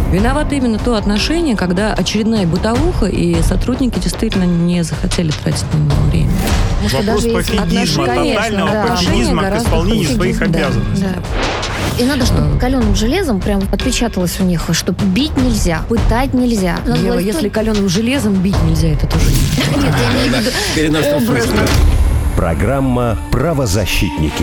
Виновато именно то отношение, когда очередная бытовуха, и сотрудники действительно не захотели тратить на него время. Вопрос пофигизма, тотального пофигизма к исполнению своих обязанностей. И надо, чтобы каленым железом прям отпечаталось у них, что бить нельзя, пытать нельзя. Ева, если каленым железом бить нельзя, это тоже не. Нет, я имею в виду образно. Программа «Правозащитники».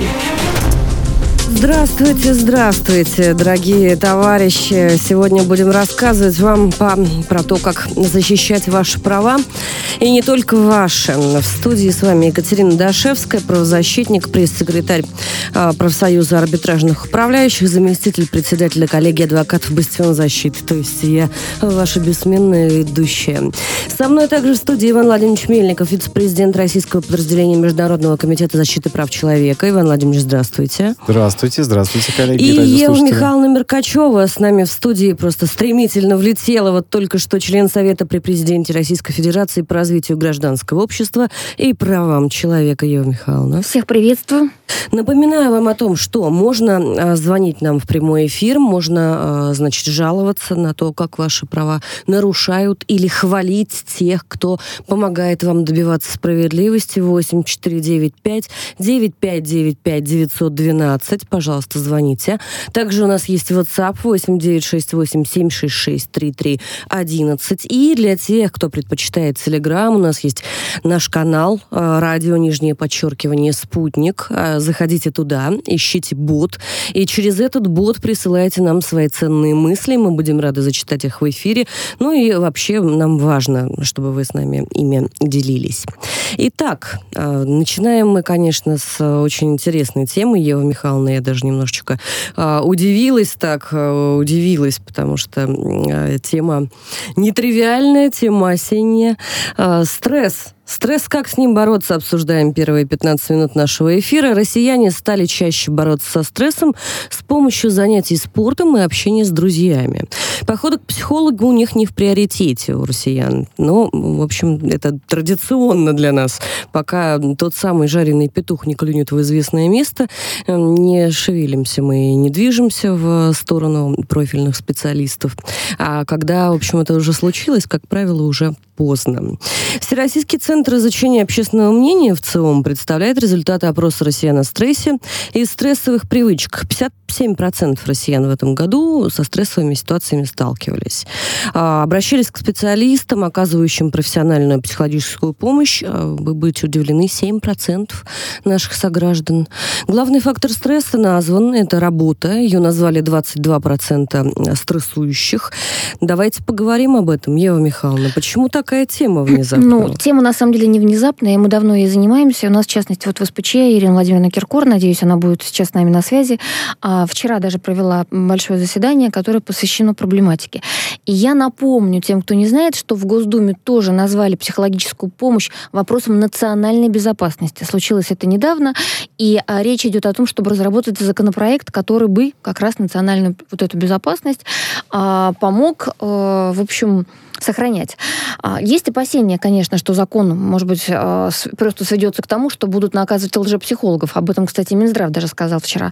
Здравствуйте, дорогие товарищи. Сегодня будем рассказывать вам про то, как защищать ваши права. И не только ваши. В студии с вами Екатерина Дашевская, правозащитник, пресс-секретарь профсоюза арбитражных управляющих, заместитель председателя коллегии адвокатов «Бастион защиты». То есть я ваша бессменная ведущая. Со мной также в студии Иван Владимирович Мельников, вице-президент российского подразделения Международного комитета защиты прав человека. Иван Владимирович, здравствуйте. Здравствуйте, коллеги. И Ева Михайловна Меркачева с нами в студии просто стремительно влетела. Вот только что член Совета при президенте Российской Федерации по развитию гражданского общества и правам человека. Ева Михайловна. Всех приветствую. Напоминаю вам о том, что можно звонить нам в прямой эфир, можно, жаловаться на то, как ваши права нарушают, или хвалить тех, кто помогает вам добиваться справедливости. 8495-9595-912. Пожалуйста, звоните. Также у нас есть WhatsApp 8968-766-3311. И для тех, кто предпочитает Telegram, у нас есть наш канал радио, _, «Спутник». Заходите туда, ищите бот, и через этот бот присылайте нам свои ценные мысли. Мы будем рады зачитать их в эфире. Ну и вообще нам важно, чтобы вы с нами ими делились. Итак, начинаем мы, конечно, с очень интересной темы. Ева Михайловна, я даже немножечко удивилась, потому что тема нетривиальная, тема осенняя. Стресс. Стресс, как с ним бороться, обсуждаем первые 15 минут нашего эфира. Россияне стали чаще бороться со стрессом с помощью занятий спортом и общения с друзьями. Походы к психологу у них не в приоритете, у россиян. Но, в общем, это традиционно для нас. Пока тот самый жареный петух не клюнет в известное место, не шевелимся мы, не движемся в сторону профильных специалистов. А когда, в общем, это уже случилось, как правило, уже поздно. Всероссийский центр изучения общественного мнения в ЦИОМ представляет результаты опроса россиян о стрессе и стрессовых привычках. 57% россиян в этом году со стрессовыми ситуациями сталкивались. Обращались к специалистам, оказывающим профессиональную психологическую помощь. Вы будете удивлены, 7% наших сограждан. Главный фактор стресса назван, это работа. Ее назвали 22% стрессующих. Давайте поговорим об этом, Ева Михайловна. Почему такая тема внезапно? Тема на самом деле не внезапная, и мы давно ей занимаемся. У нас, в частности, в СПЧ Ирина Владимировна Киркор, надеюсь, она будет сейчас с нами на связи, вчера даже провела большое заседание, которое посвящено проблематике. И я напомню тем, кто не знает, что в Госдуме тоже назвали психологическую помощь вопросом национальной безопасности. Случилось это недавно, и речь идет о том, чтобы разработать законопроект, который бы как раз национальную вот эту безопасность помог, в общем, сохранять. Есть опасения, конечно, что закон, может быть, просто сведется к тому, что будут наказывать лжепсихологов. Об этом, кстати, Минздрав даже сказал вчера.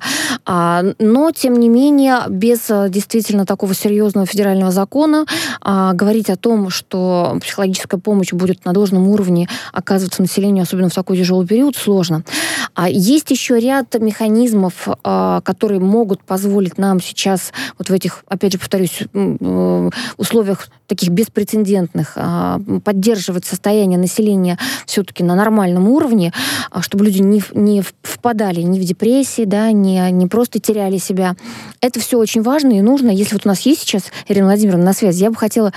Но, тем не менее, без действительно такого серьезного федерального закона говорить о том, что психологическая помощь будет на должном уровне оказываться населению, особенно в такой тяжелый период, сложно. Есть еще ряд механизмов, которые могут позволить нам сейчас вот в этих, опять же, повторюсь, условиях таких беспрецедентных, поддерживать состояние населения все-таки на нормальном уровне, чтобы люди не впадали ни в депрессии, да, не просто теряли себя. Это все очень важно и нужно. Если вот у нас есть сейчас Ирина Владимировна на связи, я бы хотела...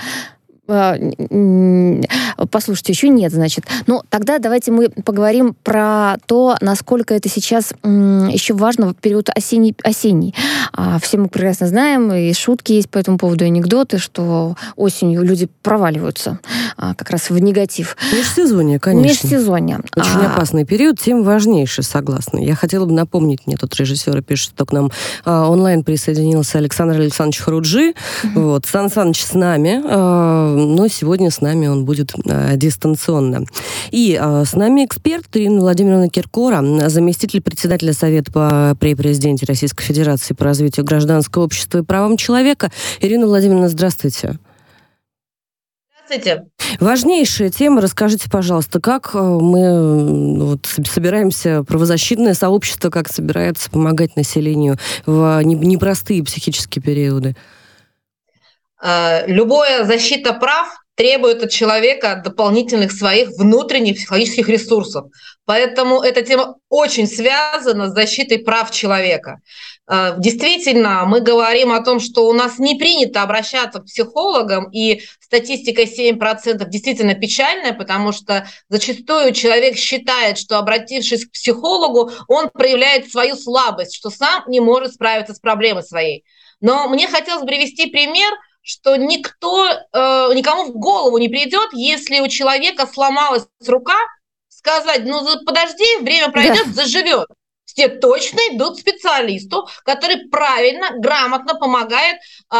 Послушайте, еще нет, значит. Но тогда давайте мы поговорим про то, насколько это сейчас еще важно в период осенний. Все мы прекрасно знаем, и шутки есть по этому поводу, и анекдоты, что осенью люди проваливаются как раз в негатив. Межсезонье, конечно. Межсезонье. Очень опасный период, тем важнейший, согласна. Я хотела бы напомнить, мне тут режиссер пишет, что к нам онлайн присоединился Александр Александрович Харуджи. Вот, Сан Саныч с нами. но сегодня с нами он будет дистанционно. И с нами эксперт Ирина Владимировна Киркора, заместитель председателя Совета при президенте Российской Федерации по развитию гражданского общества и правам человека. Ирина Владимировна, здравствуйте. Здравствуйте. Важнейшая тема. Расскажите, пожалуйста, как мы собираемся, правозащитное сообщество, как собирается помогать населению в непростые психические периоды? Любая защита прав требует от человека дополнительных своих внутренних психологических ресурсов. Поэтому эта тема очень связана с защитой прав человека. Действительно, мы говорим о том, что у нас не принято обращаться к психологам, и статистика 7% действительно печальная, потому что зачастую человек считает, что, обратившись к психологу, он проявляет свою слабость, что сам не может справиться с проблемой своей. Но мне хотелось бы привести пример, что никому в голову не придет, если у человека сломалась рука, сказать, подожди, время пройдет, заживет. Все точно идут к специалисту, который правильно, грамотно помогает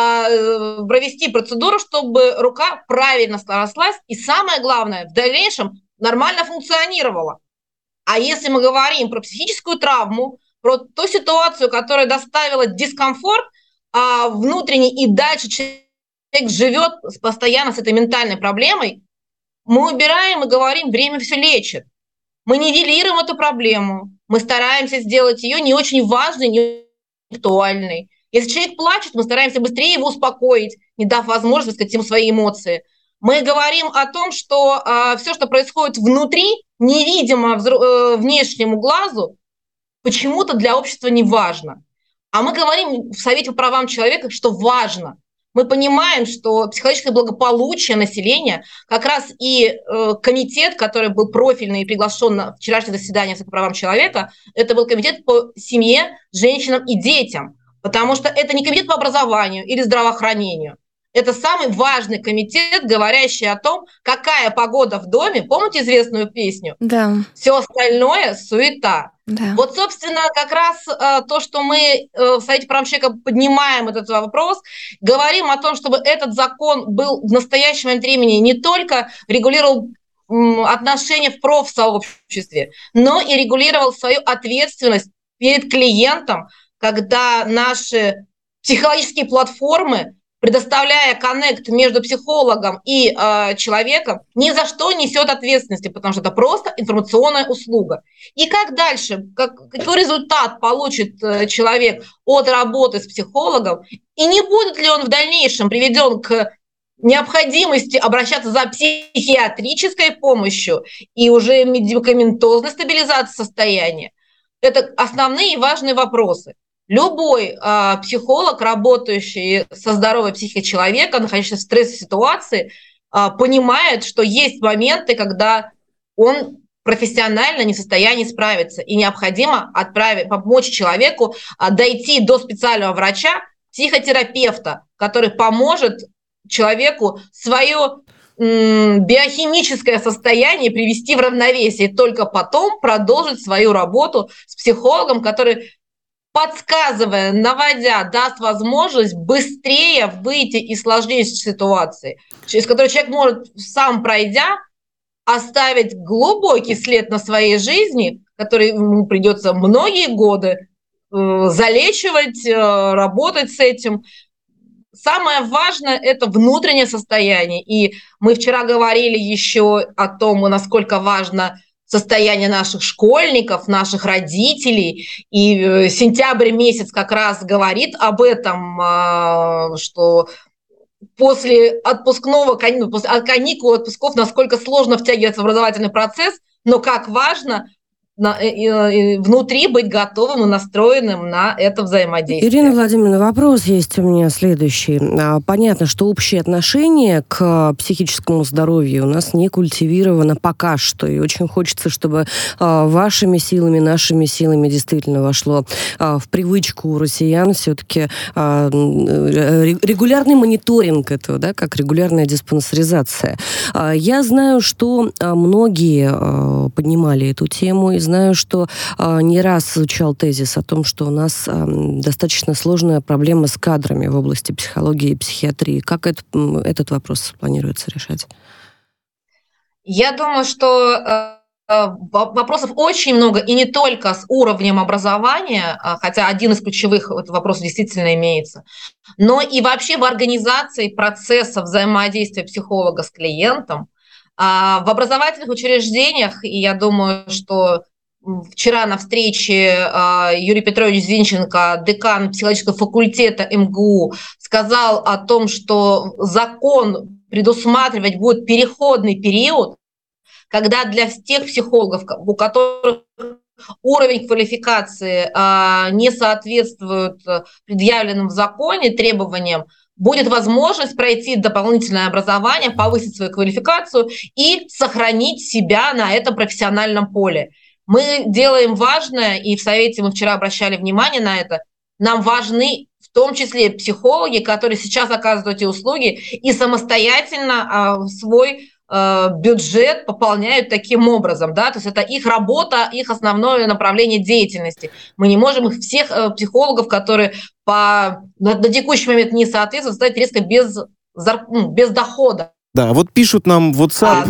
провести процедуру, чтобы рука правильно срослась и, самое главное, в дальнейшем нормально функционировала. А если мы говорим про психическую травму, про ту ситуацию, которая доставила дискомфорт внутренний, и дальше человек живет постоянно с этой ментальной проблемой, мы убираем и говорим, время все лечит. Мы нивелируем эту проблему, мы стараемся сделать ее не очень важной, не актуальной. Если человек плачет, мы стараемся быстрее его успокоить, не дав возможность высказать ему свои эмоции. Мы говорим о том, что все, что происходит внутри, невидимо внешнему глазу, почему-то для общества не важно. А мы говорим в Совете по правам человека, что важно. Мы понимаем, что психологическое благополучие населения, как раз и комитет, который был профильный и приглашен на вчерашнее заседание Совета по правам человека, это был комитет по семье, женщинам и детям, потому что это не комитет по образованию или здравоохранению. Это самый важный комитет, говорящий о том, какая погода в доме. Помните известную песню? Да. Все остальное – суета. Да. Вот, собственно, как раз то, что мы в Совете по правам человека поднимаем этот вопрос, говорим о том, чтобы этот закон был в настоящий момент времени не только регулировал отношения в профсообществе, но и регулировал свою ответственность перед клиентом, когда наши психологические платформы, предоставляя коннект между психологом и человеком, ни за что несет ответственности, потому что это просто информационная услуга. И как дальше, какой результат получит человек от работы с психологом, и не будет ли он в дальнейшем приведен к необходимости обращаться за психиатрической помощью и уже медикаментозной стабилизацией состояния. Это основные и важные вопросы. Любой психолог, работающий со здоровой психикой человека, находящийся в стрессовой ситуации, понимает, что есть моменты, когда он профессионально не в состоянии справиться, и необходимо помочь человеку дойти до специального врача, психотерапевта, который поможет человеку свое биохимическое состояние привести в равновесие, и только потом продолжить свою работу с психологом, который, подсказывая, наводя, даст возможность быстрее выйти из сложнейшей ситуации, через которую человек может, сам пройдя, оставить глубокий след на своей жизни, который ему придется многие годы залечивать, работать с этим. Самое важное – это внутреннее состояние. И мы вчера говорили еще о том, насколько важно состояние наших школьников, наших родителей. И сентябрь месяц как раз говорит об этом, что после каникул, отпусков, насколько сложно втягиваться в образовательный процесс, но как важно внутри быть готовым и настроенным на это взаимодействие. Ирина Владимировна, вопрос есть у меня следующий. Понятно, что общее отношение к психическому здоровью у нас не культивировано пока что, и очень хочется, чтобы вашими силами, нашими силами действительно вошло в привычку у россиян все-таки регулярный мониторинг этого, да, как регулярная диспансеризация. Я знаю, что многие поднимали эту тему из знаю, что не раз звучал тезис о том, что у нас достаточно сложная проблема с кадрами в области психологии и психиатрии. Как этот вопрос планируется решать? Я думаю, что вопросов очень много, и не только с уровнем образования, хотя один из ключевых вопросов действительно имеется, но и вообще в организации процесса взаимодействия психолога с клиентом. В образовательных учреждениях, и я думаю, что вчера на встрече Юрий Петрович Зинченко, декан психологического факультета МГУ, сказал о том, что закон предусматривать будет переходный период, когда для тех психологов, у которых уровень квалификации не соответствует предъявленным в законе требованиям, будет возможность пройти дополнительное образование, повысить свою квалификацию и сохранить себя на этом профессиональном поле. Мы делаем важное, и в Совете мы вчера обращали внимание на это, нам важны в том числе психологи, которые сейчас оказывают эти услуги и самостоятельно свой бюджет пополняют таким образом, да, то есть это их работа, их основное направление деятельности. Мы не можем их всех психологов, которые на текущий момент не соответствуют, оставить резко без дохода. Да, вот пишут нам в WhatsApp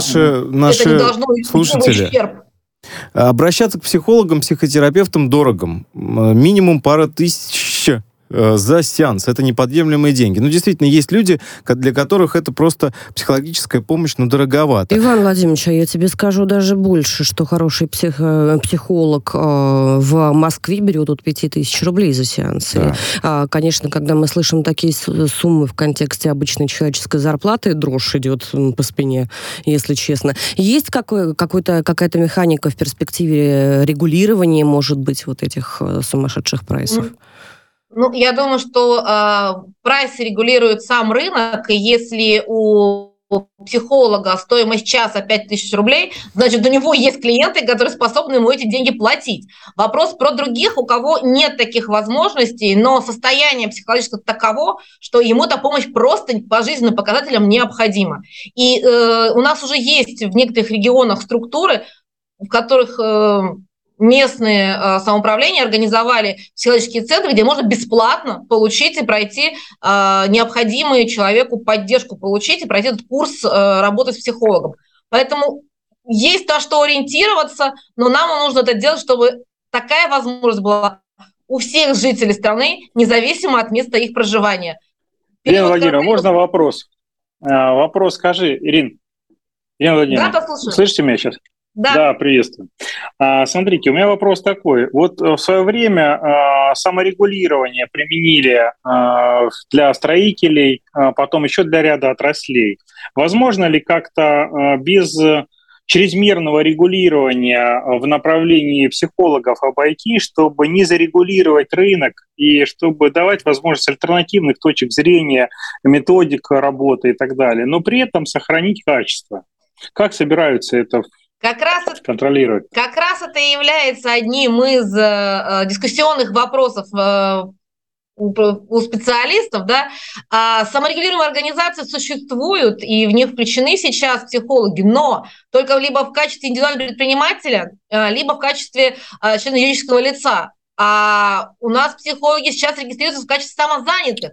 наши слушатели. Обращаться к психологам, психотерапевтам дорого. Минимум пара тысяч за сеанс. Это неподъемлемые деньги. Ну, действительно, есть люди, для которых это просто психологическая помощь, но дороговато. Иван Владимирович, я тебе скажу даже больше, что хороший психолог в Москве берет от 5000 рублей за сеанс. Да. И, конечно, когда мы слышим такие суммы в контексте обычной человеческой зарплаты, дрожь идет по спине, если честно. Есть какая-то механика в перспективе регулирования, может быть, вот этих сумасшедших прайсов? Ну, я думаю, что прайс регулирует сам рынок, и если у психолога стоимость часа 5000 рублей, значит, у него есть клиенты, которые способны ему эти деньги платить. Вопрос про других, у кого нет таких возможностей, но состояние психологическое таково, что ему эта помощь просто по жизненным показателям необходима. И у нас уже есть в некоторых регионах структуры, в которых местные самоуправления организовали психологические центры, где можно бесплатно получить и пройти необходимую человеку поддержку, получить и пройти этот курс работы с психологом. Поэтому есть на что ориентироваться, но нам нужно это делать, чтобы такая возможность была у всех жителей страны, независимо от места их проживания. Ирина Владимировна, можно вопрос? Вопрос скажи, Ирина Владимировна, да, слышите меня сейчас? Да, приветствую. Смотрите, у меня вопрос такой. Вот в свое время саморегулирование применили для строителей, потом еще для ряда отраслей. Возможно ли как-то без чрезмерного регулирования в направлении психологов обойти, чтобы не зарегулировать рынок и чтобы давать возможность альтернативных точек зрения, методик работы и так далее, но при этом сохранить качество? Как собираются это контролировать? Как раз это и является одним из дискуссионных вопросов у специалистов. Да? Саморегулируемые организации существуют, и в них включены сейчас психологи, но только либо в качестве индивидуального предпринимателя, либо в качестве члена юридического лица. А у нас психологи сейчас регистрируются в качестве самозанятых.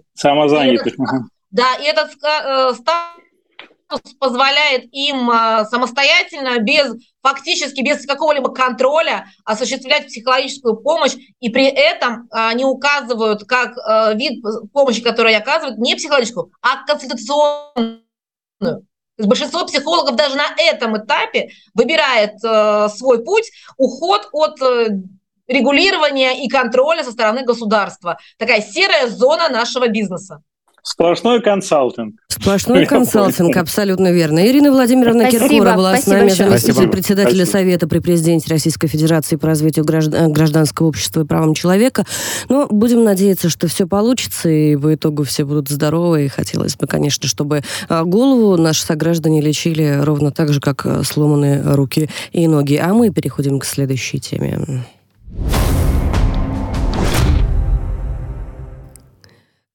И этот статус позволяет им самостоятельно, фактически без какого-либо контроля осуществлять психологическую помощь, и при этом они указывают как вид помощи, который оказывают, не психологическую, а консультационную. То есть большинство психологов даже на этом этапе выбирает свой путь, уход от регулирования и контроля со стороны государства. Такая серая зона нашего бизнеса. Сплошной консалтинг. Сплошной консалтинг, абсолютно верно. Ирина Владимировна Киркорова была с нами, заместитель председателя Совета при президенте Российской Федерации по развитию гражданского общества и правам человека. Но будем надеяться, что все получится, и по итогу все будут здоровы. И хотелось бы, конечно, чтобы голову наши сограждане лечили ровно так же, как сломанные руки и ноги. А мы переходим к следующей теме.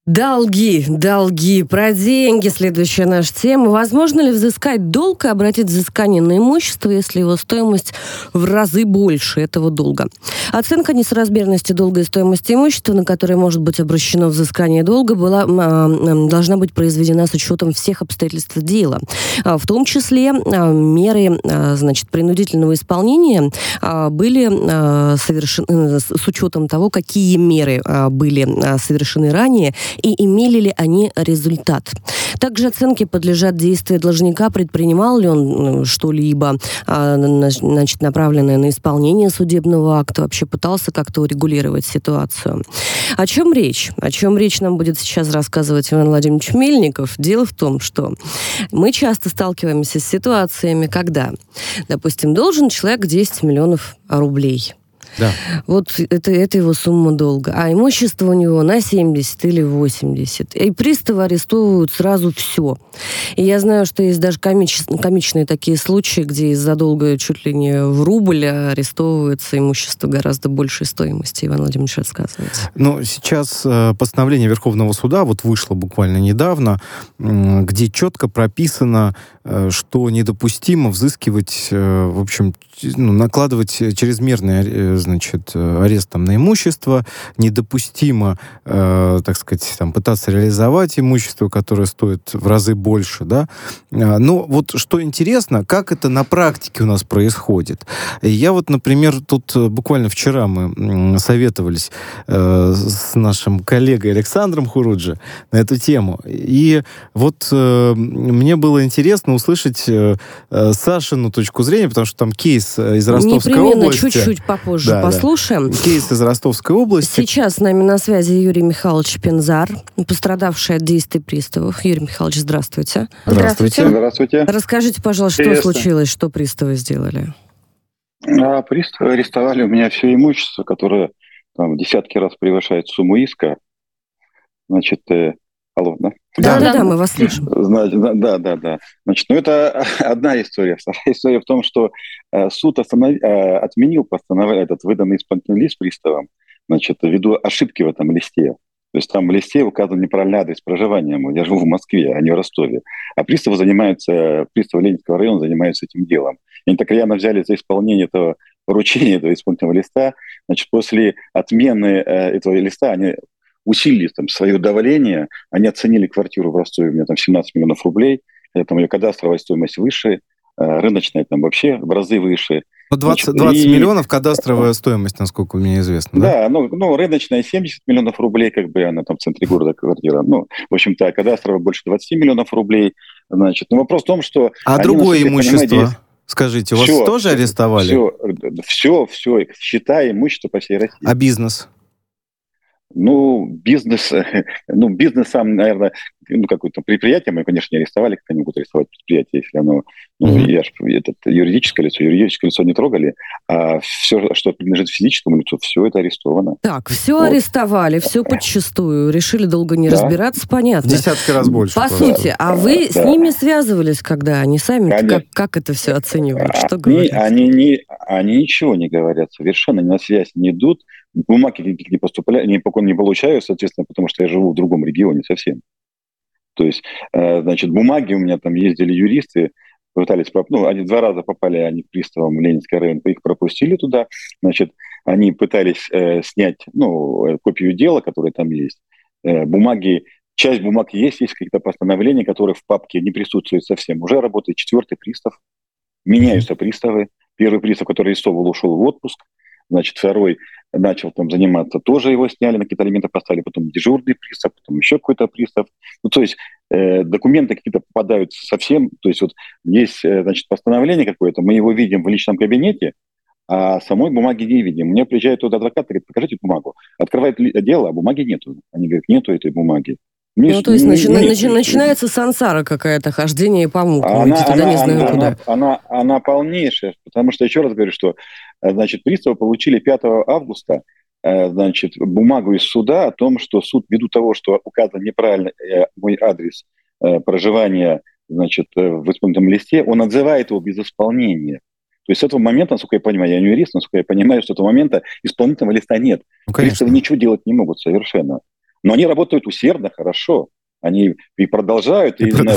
Долги. Про деньги следующая наша тема. Возможно ли взыскать долг и обратить взыскание на имущество, если его стоимость в разы больше этого долга? Оценка несоразмерности долга и стоимости имущества, на которое может быть обращено взыскание долга, должна быть произведена с учетом всех обстоятельств дела. В том числе меры, принудительного исполнения были совершены с учетом того, какие меры были совершены ранее, и имели ли они результат. Также оценке подлежат действия должника, предпринимал ли он что-либо, направленное на исполнение судебного акта, вообще пытался как-то урегулировать ситуацию. О чем речь? О чем речь нам будет сейчас рассказывать Иван Владимирович Мельников. Дело в том, что мы часто сталкиваемся с ситуациями, когда, допустим, должен человек 10 миллионов рублей. Да. Вот это его сумма долга. А имущество у него на 70 или 80. И приставы арестовывают сразу все. И я знаю, что есть даже комичные такие случаи, где из-за долга чуть ли не в рубль арестовывается имущество гораздо большей стоимости. Иван Владимирович, рассказывайте. Ну, сейчас постановление Верховного суда вот вышло буквально недавно, где четко прописано, что недопустимо взыскивать, в общем, накладывать чрезмерный, арест на имущество, недопустимо, пытаться реализовать имущество, которое стоит в разы больше, да. Но вот что интересно, как это на практике у нас происходит. Я вот, например, тут буквально вчера мы советовались с нашим коллегой Александром Хуруджи на эту тему. И вот мне было интересно услышать Сашину точку зрения, потому что там кейс из Ростовской области. Чуть-чуть попозже послушаем. Кейс из Ростовской области. Сейчас с нами на связи Юрий Михайлович Пензар, пострадавший от действий приставов. Юрий Михайлович, здравствуйте. Здравствуйте. Расскажите, пожалуйста, что случилось, что приставы сделали? Приставы арестовали у меня все имущество, которое там десятки раз превышает сумму иска. Алло, да? Да, мы вас слышим. Да. Это одна история. Вторая история в том, что суд отменил постановление, выданный исполнительный лист приставам, ввиду ошибки в этом листе. То есть там в листе указан неправильный адрес проживания. Я живу в Москве, а не в Ростове. А приставы Ленинского района занимаются этим делом. И они так рьяно взяли за исполнение этого поручения, этого исполнительного листа. После отмены этого листа они усилили свое давление, они оценили квартиру в Ростове, у меня там 17 миллионов рублей, там ее кадастровая стоимость выше, рыночная там вообще в разы выше. 20 миллионов кадастровая стоимость, насколько мне известно, да? Да, рыночная 70 миллионов рублей, она там в центре города квартира. В общем-то, кадастровая больше 20 миллионов рублей. Вопрос в том, что... А другое имущество? Скажите, вас тоже арестовали? Все, счета, имущество по всей России. А бизнес? Бизнес сам, наверное, какое-то предприятие мы, конечно, не арестовали, как они будут арестовать предприятие, если оно, юридическое лицо не трогали, а все, что принадлежит физическому лицу, все это арестовано. Так, все арестовали, все подчистую, решили долго не разбираться, понятно. Десятки раз больше. По сути, а вы с ними связывались, когда они сами, как это все оценивают, что говорят? Они ничего не говорят, совершенно на связь не идут, бумаги не поступали, не получаю, соответственно, потому что я живу в другом регионе совсем. То есть, бумаги у меня там ездили юристы, пытались, они 2 раза попали, они к приставам в Ленинский район, их пропустили туда, они пытались снять, копию дела, которое там есть. Часть бумаг есть какие-то постановления, которые в папке не присутствуют совсем. Уже работает 4-й пристав, меняются приставы. Первый пристав, который арестовал, ушел в отпуск. Второй начал там заниматься, тоже его сняли, на какие-то элементы поставили, потом дежурный пристав, потом еще какой-то пристав. То есть документы какие-то попадают совсем, то есть есть, постановление какое-то, мы его видим в личном кабинете, а самой бумаги не видим. Мне приезжает туда адвокат, говорит, покажите бумагу. Открывает дело, а бумаги нету. Они говорят, нету этой бумаги. Начинается сансара какая-то, хождение по мукам. Она полнейшая, потому что, еще раз говорю, что приставы получили 5 августа бумагу из суда о том, что суд, ввиду того, что указан неправильно мой адрес проживания в исполнительном листе, он отзывает его без исполнения. То есть с этого момента, насколько я понимаю, я не юрист, насколько я понимаю, с этого момента исполнительного листа нет. Приставы ничего делать не могут совершенно. Но они работают усердно, хорошо. Они и продолжают.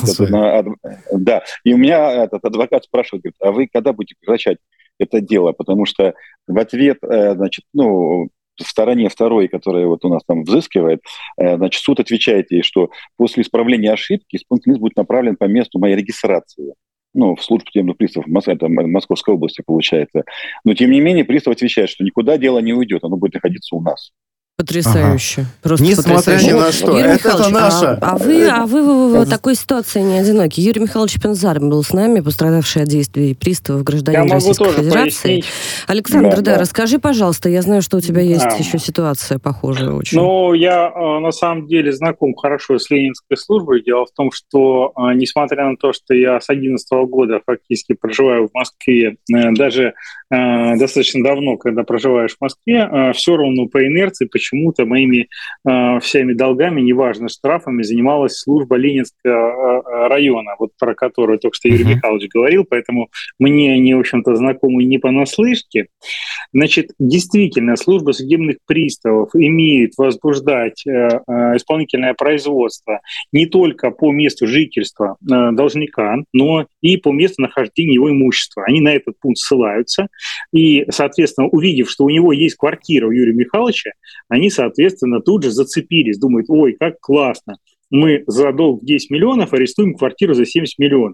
Да. И у меня этот адвокат спрашивает, говорит, а вы когда будете прекращать это дело? Потому что в ответ, значит, в стороне второй, которая вот у нас там взыскивает, значит, суд отвечает ей, что после исправления ошибки исполнительный лист будет направлен по месту моей регистрации. В службу судебных приставов Московской области, получается. Но, тем не менее, пристав отвечает, что никуда дело не уйдет, оно будет находиться у нас. Потрясающе. Просто несмотря потрясающе. ни на что. Юрий это наше. А вы в такой ситуации не одиноки. Юрий Михайлович Пензар был с нами, пострадавший от действий приставов, гражданин Российской Федерации. Пояснить. Александр, расскажи, пожалуйста, я знаю, что у тебя есть еще ситуация похожая очень. Я на самом деле знаком хорошо с Ленинской службой. Дело в том, что несмотря на то, что я с 2011 года фактически проживаю в Москве, даже достаточно давно, когда проживаешь в Москве, все равно по инерции почему-то моими всеми долгами, неважно, штрафами, занималась служба Ленинского района, вот про которую только что Юрий Михайлович говорил, поэтому мне они, в общем-то, знакомы не понаслышке. Значит, действительно, служба судебных приставов имеет возбуждать исполнительное производство не только по месту жительства должника, но и по месту нахождения его имущества. Они на этот пункт ссылаются. И, соответственно, увидев, что у него есть квартира у Юрия Михайловича, они, соответственно, тут же зацепились, думают, ой, как классно, мы за долг в 10 миллионов арестуем квартиру за 70 миллионов.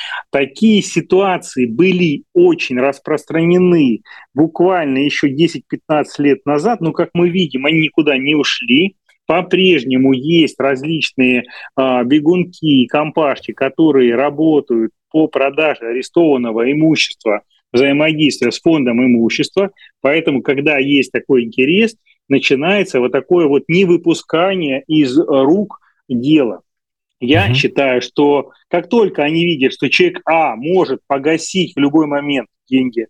Такие ситуации были очень распространены буквально еще 10-15 лет назад, но, как мы видим, они никуда не ушли. По-прежнему есть различные бегунки и компашки, которые работают по продаже арестованного имущества, взаимодействия с фондом имущества. Поэтому, когда есть такой интерес, начинается вот такое вот невыпускание из рук дела. Я считаю, что как только они видят, что человек А может погасить в любой момент деньги,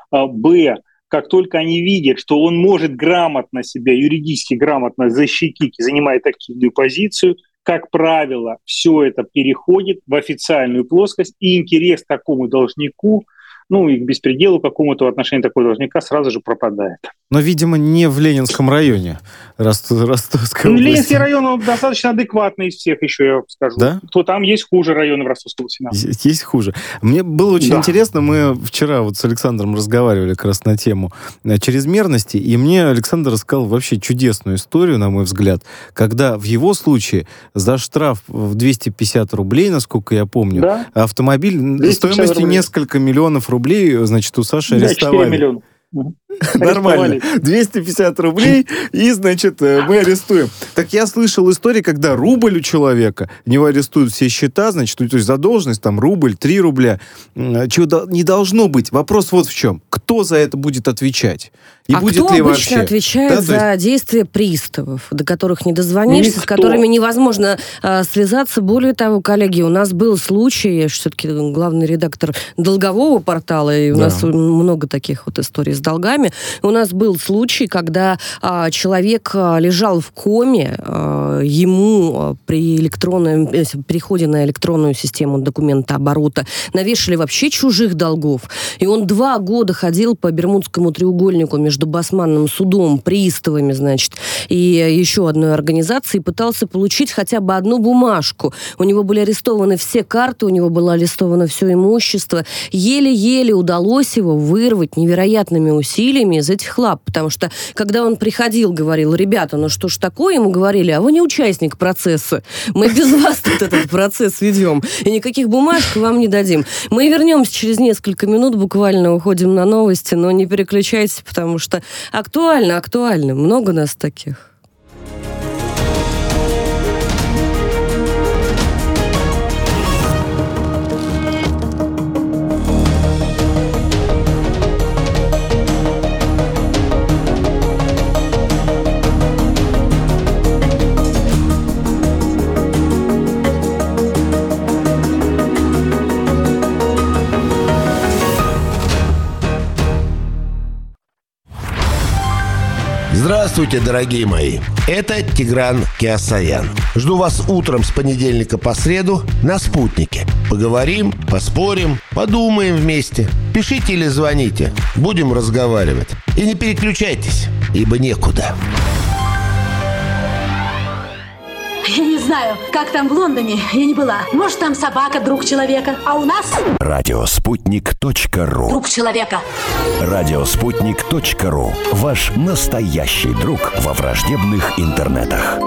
Б, как только они видят, что он может грамотно себя, юридически грамотно защитить и занимает активную позицию, как правило, все это переходит в официальную плоскость, и интерес к такому должнику, и к беспределу какому-то в отношении такого должника сразу же пропадает. Но, видимо, не в Ленинском районе Ростовской области. Ленинский район, он достаточно адекватный из всех еще, я скажу. Да? То там есть хуже районы в Ростовской области. Есть хуже. Мне было очень интересно, мы вчера вот с Александром разговаривали как раз на тему чрезмерности, и мне Александр рассказал вообще чудесную историю, на мой взгляд, когда в его случае за штраф в 250 рублей, насколько я помню, автомобиль стоимостью несколько миллионов рублей, значит, у Саши арестовали. 4 миллиона. Нормально. 250 рублей, и, значит, мы арестуем. Так я слышал истории, когда рубль у человека, него арестуют все счета, значит, то есть задолженность, там, рубль, 3 рубля. Чего не должно быть. Вопрос вот в чем. Кто за это будет отвечать? И будет кто ли обычно вообще отвечает за действия приставов, до которых не дозвонишься, с которыми невозможно связаться? Более того, коллеги, у нас был случай, я все-таки главный редактор долгового портала, и у нас много таких вот историй с долгами. У нас был случай, когда человек лежал в коме, ему при переходе на электронную систему документооборота навешали вообще чужих долгов. И он 2 года ходил по Бермудскому треугольнику между Басманным судом, приставами, значит, и еще одной организацией, пытался получить хотя бы одну бумажку. У него были арестованы все карты, у него было арестовано все имущество. Еле-еле удалось его вырвать невероятными усилиями из этих лап, потому что, когда он приходил, говорил, ребята, ну что ж такое, ему говорили, а вы не участник процесса, мы без вас тут этот процесс ведем, и никаких бумажек вам не дадим. Мы вернемся через несколько минут, буквально уходим на новости, но не переключайтесь, потому что актуально, много нас таких. Здравствуйте, дорогие мои! Это Тигран Кеосаян. Жду вас утром с понедельника по среду на «Спутнике». Поговорим, поспорим, подумаем вместе. Пишите или звоните. Будем разговаривать. И не переключайтесь, ибо некуда. знаю, как там в Лондоне, я не была. Может, там собака, друг человека, а у нас... Радиоспутник.ру. Друг человека. Радиоспутник.ру. Ваш настоящий друг во враждебных интернетах.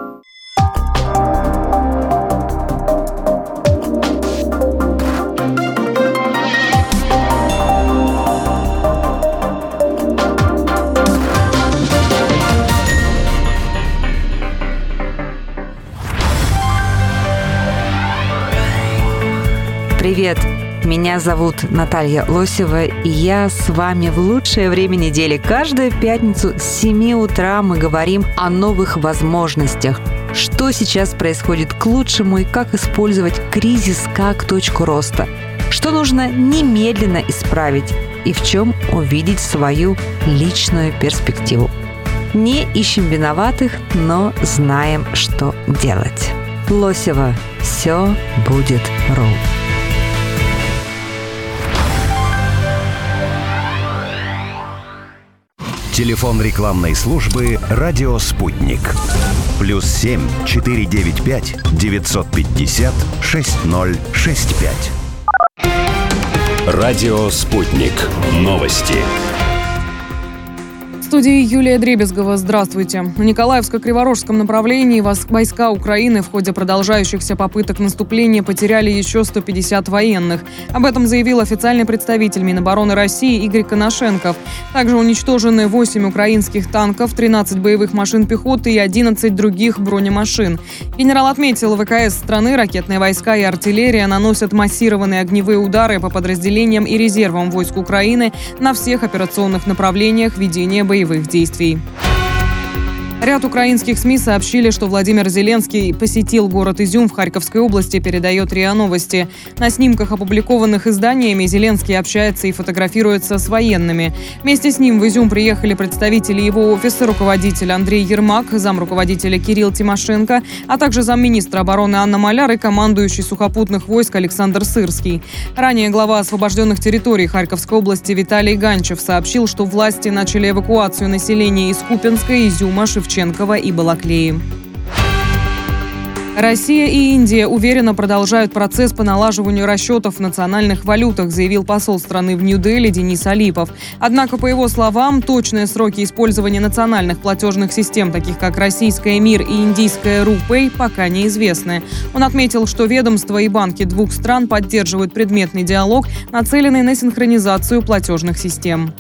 Привет! Меня зовут Наталья Лосева, и я с вами в лучшее время недели. Каждую пятницу с 7 утра мы говорим о новых возможностях. Что сейчас происходит к лучшему и как использовать кризис как точку роста. Что нужно немедленно исправить и в чем увидеть свою личную перспективу. Не ищем виноватых, но знаем, что делать. Лосева. Все будет ру. Телефон рекламной службы «Радио Спутник». +7 495 950 6065. Радио Спутник. Новости. В студии Юлия Дребезгова. Здравствуйте. На Николаевско-Криворожском направлении войска Украины в ходе продолжающихся попыток наступления потеряли еще 150 военных. Об этом заявил официальный представитель Минобороны России Игорь Коношенков. Также уничтожены 8 украинских танков, 13 боевых машин пехоты и 11 других бронемашин. Генерал отметил, ВКС страны, ракетные войска и артиллерия наносят массированные огневые удары по подразделениям и резервам войск Украины на всех операционных направлениях ведения боевых действий. Ряд украинских СМИ сообщили, что Владимир Зеленский посетил город Изюм в Харьковской области, передает РИА Новости. На снимках, опубликованных изданиями, Зеленский общается и фотографируется с военными. Вместе с ним в Изюм приехали представители его офиса, руководитель Андрей Ермак, замруководителя Кирилл Тимошенко, а также замминистра обороны Анна Маляр и командующий сухопутных войск Александр Сырский. Ранее глава освобожденных территорий Харьковской области Виталий Ганчев сообщил, что власти начали эвакуацию населения из Купянска, Изюма, Шевченкова и Балаклеи. Россия и Индия уверенно продолжают процесс по налаживанию расчетов в национальных валютах, заявил посол страны в Нью-Дели Денис Алипов. Однако, по его словам, точные сроки использования национальных платежных систем, таких как российская МИР и индийская RuPay, пока неизвестны. Он отметил, что ведомства и банки двух стран поддерживают предметный диалог, нацеленный на синхронизацию платежных систем.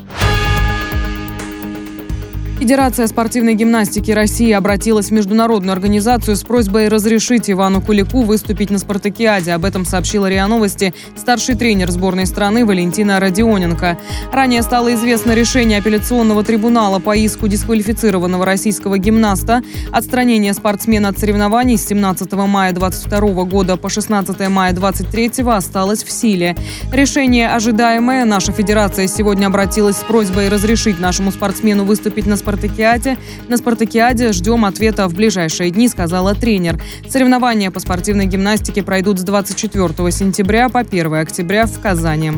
Федерация спортивной гимнастики России обратилась в международную организацию с просьбой разрешить Ивану Кулику выступить на спартакиаде. Об этом сообщила РИА Новости старший тренер сборной страны Валентина Родионенко. Ранее стало известно решение апелляционного трибунала по иску дисквалифицированного российского гимнаста. Отстранение спортсмена от соревнований с 17 мая 2022 года по 16 мая 2023 осталось в силе. Решение ожидаемое. Наша федерация сегодня обратилась с просьбой разрешить нашему спортсмену выступить на спартакиаде. На спартакиаде ждем ответа в ближайшие дни, сказала тренер. Соревнования по спортивной гимнастике пройдут с 24 сентября по 1 октября в Казани.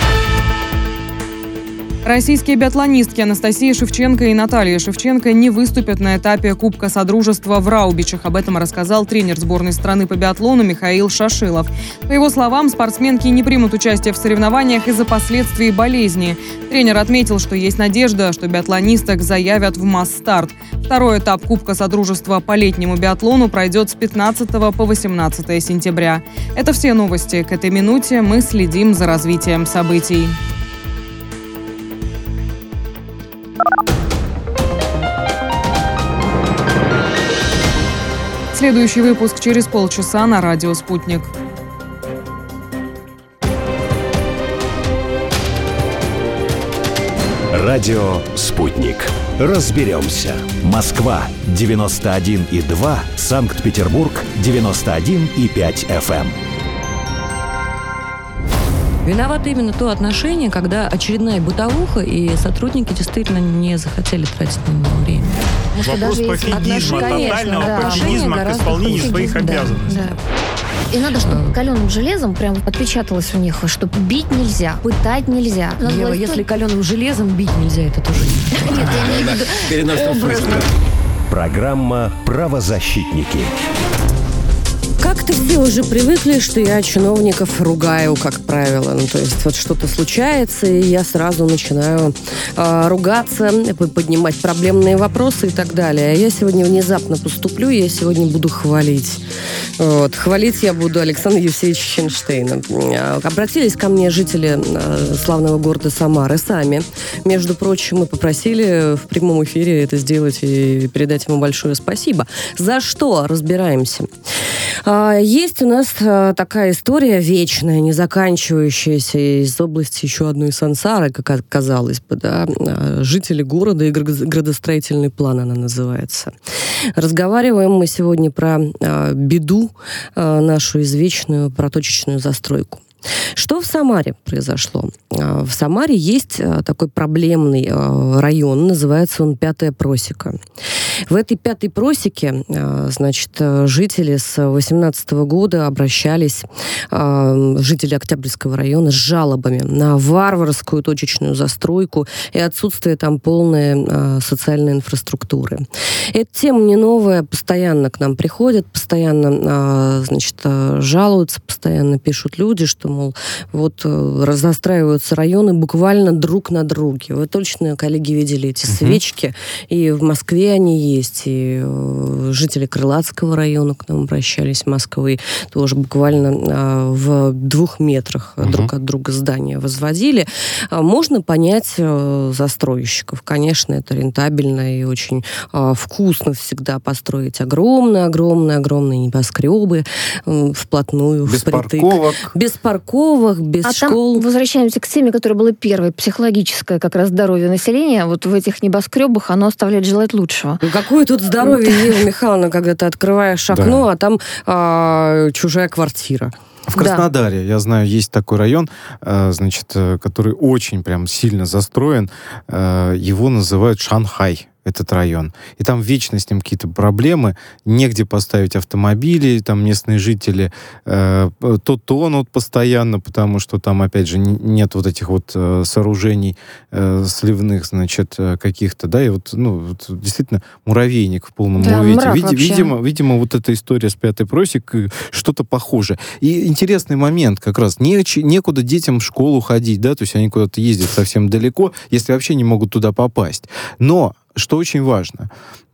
Российские биатлонистки Анастасия Шевченко и Наталья Шевченко не выступят на этапе Кубка Содружества в Раубичах. Об этом рассказал тренер сборной страны по биатлону Михаил Шашилов. По его словам, спортсменки не примут участие в соревнованиях из-за последствий болезни. Тренер отметил, что есть надежда, что биатлонисток заявят в масс-старт. Второй этап Кубка Содружества по летнему биатлону пройдет с 15 по 18 сентября. Это все новости. К этой минуте мы следим за развитием событий. Следующий выпуск через полчаса на радио «Спутник». Радио «Спутник». Разберемся. Москва 91,2, Санкт-Петербург 91,5 FM. Виновато именно то отношение, когда очередная бытовуха, и сотрудники действительно не захотели тратить на него время. Вопрос пофигизма, тотального пофигизма к исполнению своих обязанностей. Да. И надо, чтобы каленым железом прям отпечаталось у них, что бить нельзя, пытать нельзя. Ева, если каленым железом бить нельзя, это тоже не. Нет, я имею в виду образно. Программа «Правозащитники». Как-то все уже привыкли, что я чиновников ругаю, как правило. Ну, то есть вот что-то случается, и я сразу начинаю ругаться, поднимать проблемные вопросы и так далее. А я сегодня внезапно поступлю, я сегодня буду хвалить. Вот. Хвалить я буду Александра Евсеевича Хинштейна. Обратились ко мне жители славного города Самары сами, между прочим, и попросили в прямом эфире это сделать и передать ему большое спасибо. За что? Разбираемся. Есть у нас такая история вечная, не заканчивающаяся из области еще одной сансары, как казалось бы, да, жители города и градостроительный план она называется. Разговариваем мы сегодня про беду нашу извечную, про точечную застройку. Что в Самаре произошло? В Самаре есть такой проблемный район, называется он Пятая Просека. В этой Пятой Просеке, значит, жители с 2018 года обращались, жители Октябрьского района, с жалобами на варварскую точечную застройку и отсутствие там полной социальной инфраструктуры. Эта тема не новая, постоянно к нам приходят, постоянно, значит, жалуются, постоянно пишут люди, что, мол, вот застраиваются районы буквально друг на друге. Вы точно, коллеги, видели эти свечки, и в Москве они есть, и жители Крылатского района к нам обращались, Москвы, тоже буквально в 2 метрах друг от друга здания возводили. Можно понять застройщиков. Конечно, это рентабельно и очень вкусно всегда построить огромные небоскребы вплотную, без впритык. Парковок. Без парковок, без школ. Там возвращаемся к теме, которая была первой, психологическое как раз здоровье населения. Вот в этих небоскребах оно оставляет желать лучшего. Какое тут здоровье, Ева Михайловна, когда ты открываешь окно, а там чужая квартира. В Краснодаре, я знаю, есть такой район, значит, который очень прям сильно застроен. Его называют Шанхай, этот район. И там вечно с ним какие-то проблемы. Негде поставить автомобили, там местные жители то тонут постоянно, потому что там, опять же, нет вот этих вот сооружений сливных, значит, каких-то, да, и вот, ну, вот, действительно, муравейник в полном увете. Видимо, вот эта история с Пятой Просекой что-то похоже. И интересный момент как раз. Некуда детям в школу ходить, да, то есть они куда-то ездят совсем далеко, если вообще не могут туда попасть. Но что очень важно,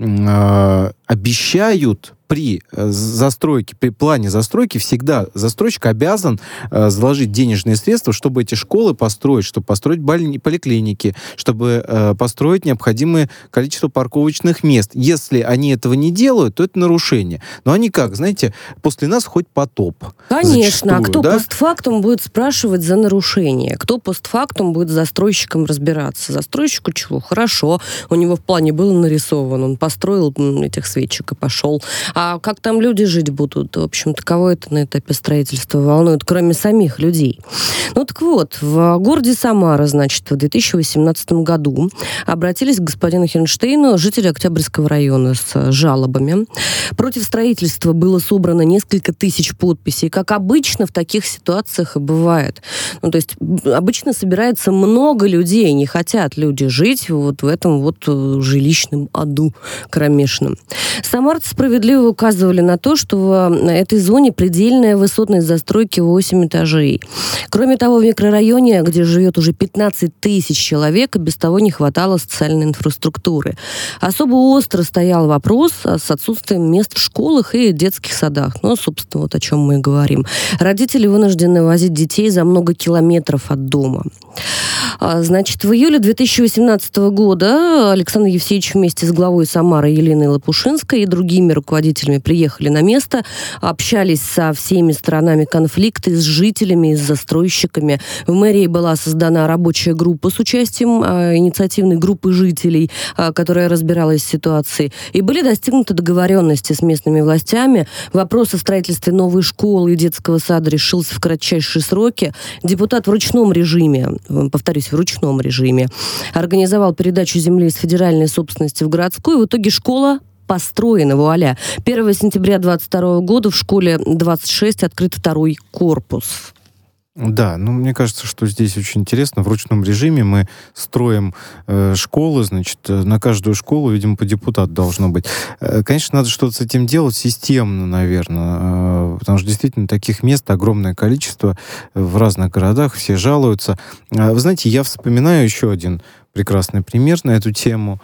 обещают при застройке, при плане застройки всегда застройщик обязан заложить денежные средства, чтобы эти школы построить, чтобы построить поликлиники, чтобы построить необходимое количество парковочных мест. Если они этого не делают, то это нарушение. Но они как, знаете, после нас хоть потоп. Конечно, а кто постфактум будет спрашивать за нарушение? Кто постфактум будет с застройщиком разбираться? Застройщику чего? Хорошо, у него в плане было нарисовано, он построил этих свечек и пошел. А как там люди жить будут? В общем-то, кого это на этапе строительства волнует, кроме самих людей? Ну так вот, в городе Самара, значит, в 2018 году обратились к господину Хинштейну жители Октябрьского района с жалобами. Против строительства было собрано несколько тысяч подписей, как обычно в таких ситуациях и бывает. Ну, то есть обычно собирается много людей, не хотят люди жить вот в этом вот жилищном аду кромешном. Самарцы справедливо указывали на то, что в этой зоне предельная высотность застройки 8 этажей. Кроме того, в микрорайоне, где живет уже 15 тысяч человек, без того не хватало социальной инфраструктуры. Особо остро стоял вопрос с отсутствием мест в школах и детских садах. Ну, собственно, вот о чем мы и говорим. Родители вынуждены возить детей за много километров от дома. Значит, в июле 2018 года Александр Евсеевич вместе с главой Самары Еленой Лопушинской и другими руководителями приехали на место, общались со всеми сторонами конфликта, с жителями, с застройщиками. В мэрии была создана рабочая группа с участием инициативной группы жителей, которая разбиралась в ситуации. И были достигнуты договоренности с местными властями. Вопрос о строительстве новой школы и детского сада решился в кратчайшие сроки. Депутат в ручном режиме, повторюсь, в ручном режиме, организовал передачу земли из федеральной собственности в городскую. В итоге школа построена, вуаля. 1 сентября 2022 года в школе 26 открыт второй корпус. Да, мне кажется, что здесь очень интересно. В ручном режиме мы строим школы, значит, на каждую школу, видимо, по депутату должно быть. Конечно, надо что-то с этим делать системно, наверное, потому что действительно таких мест огромное количество в разных городах, все жалуются. Вы знаете, я вспоминаю еще один прекрасный пример на эту тему.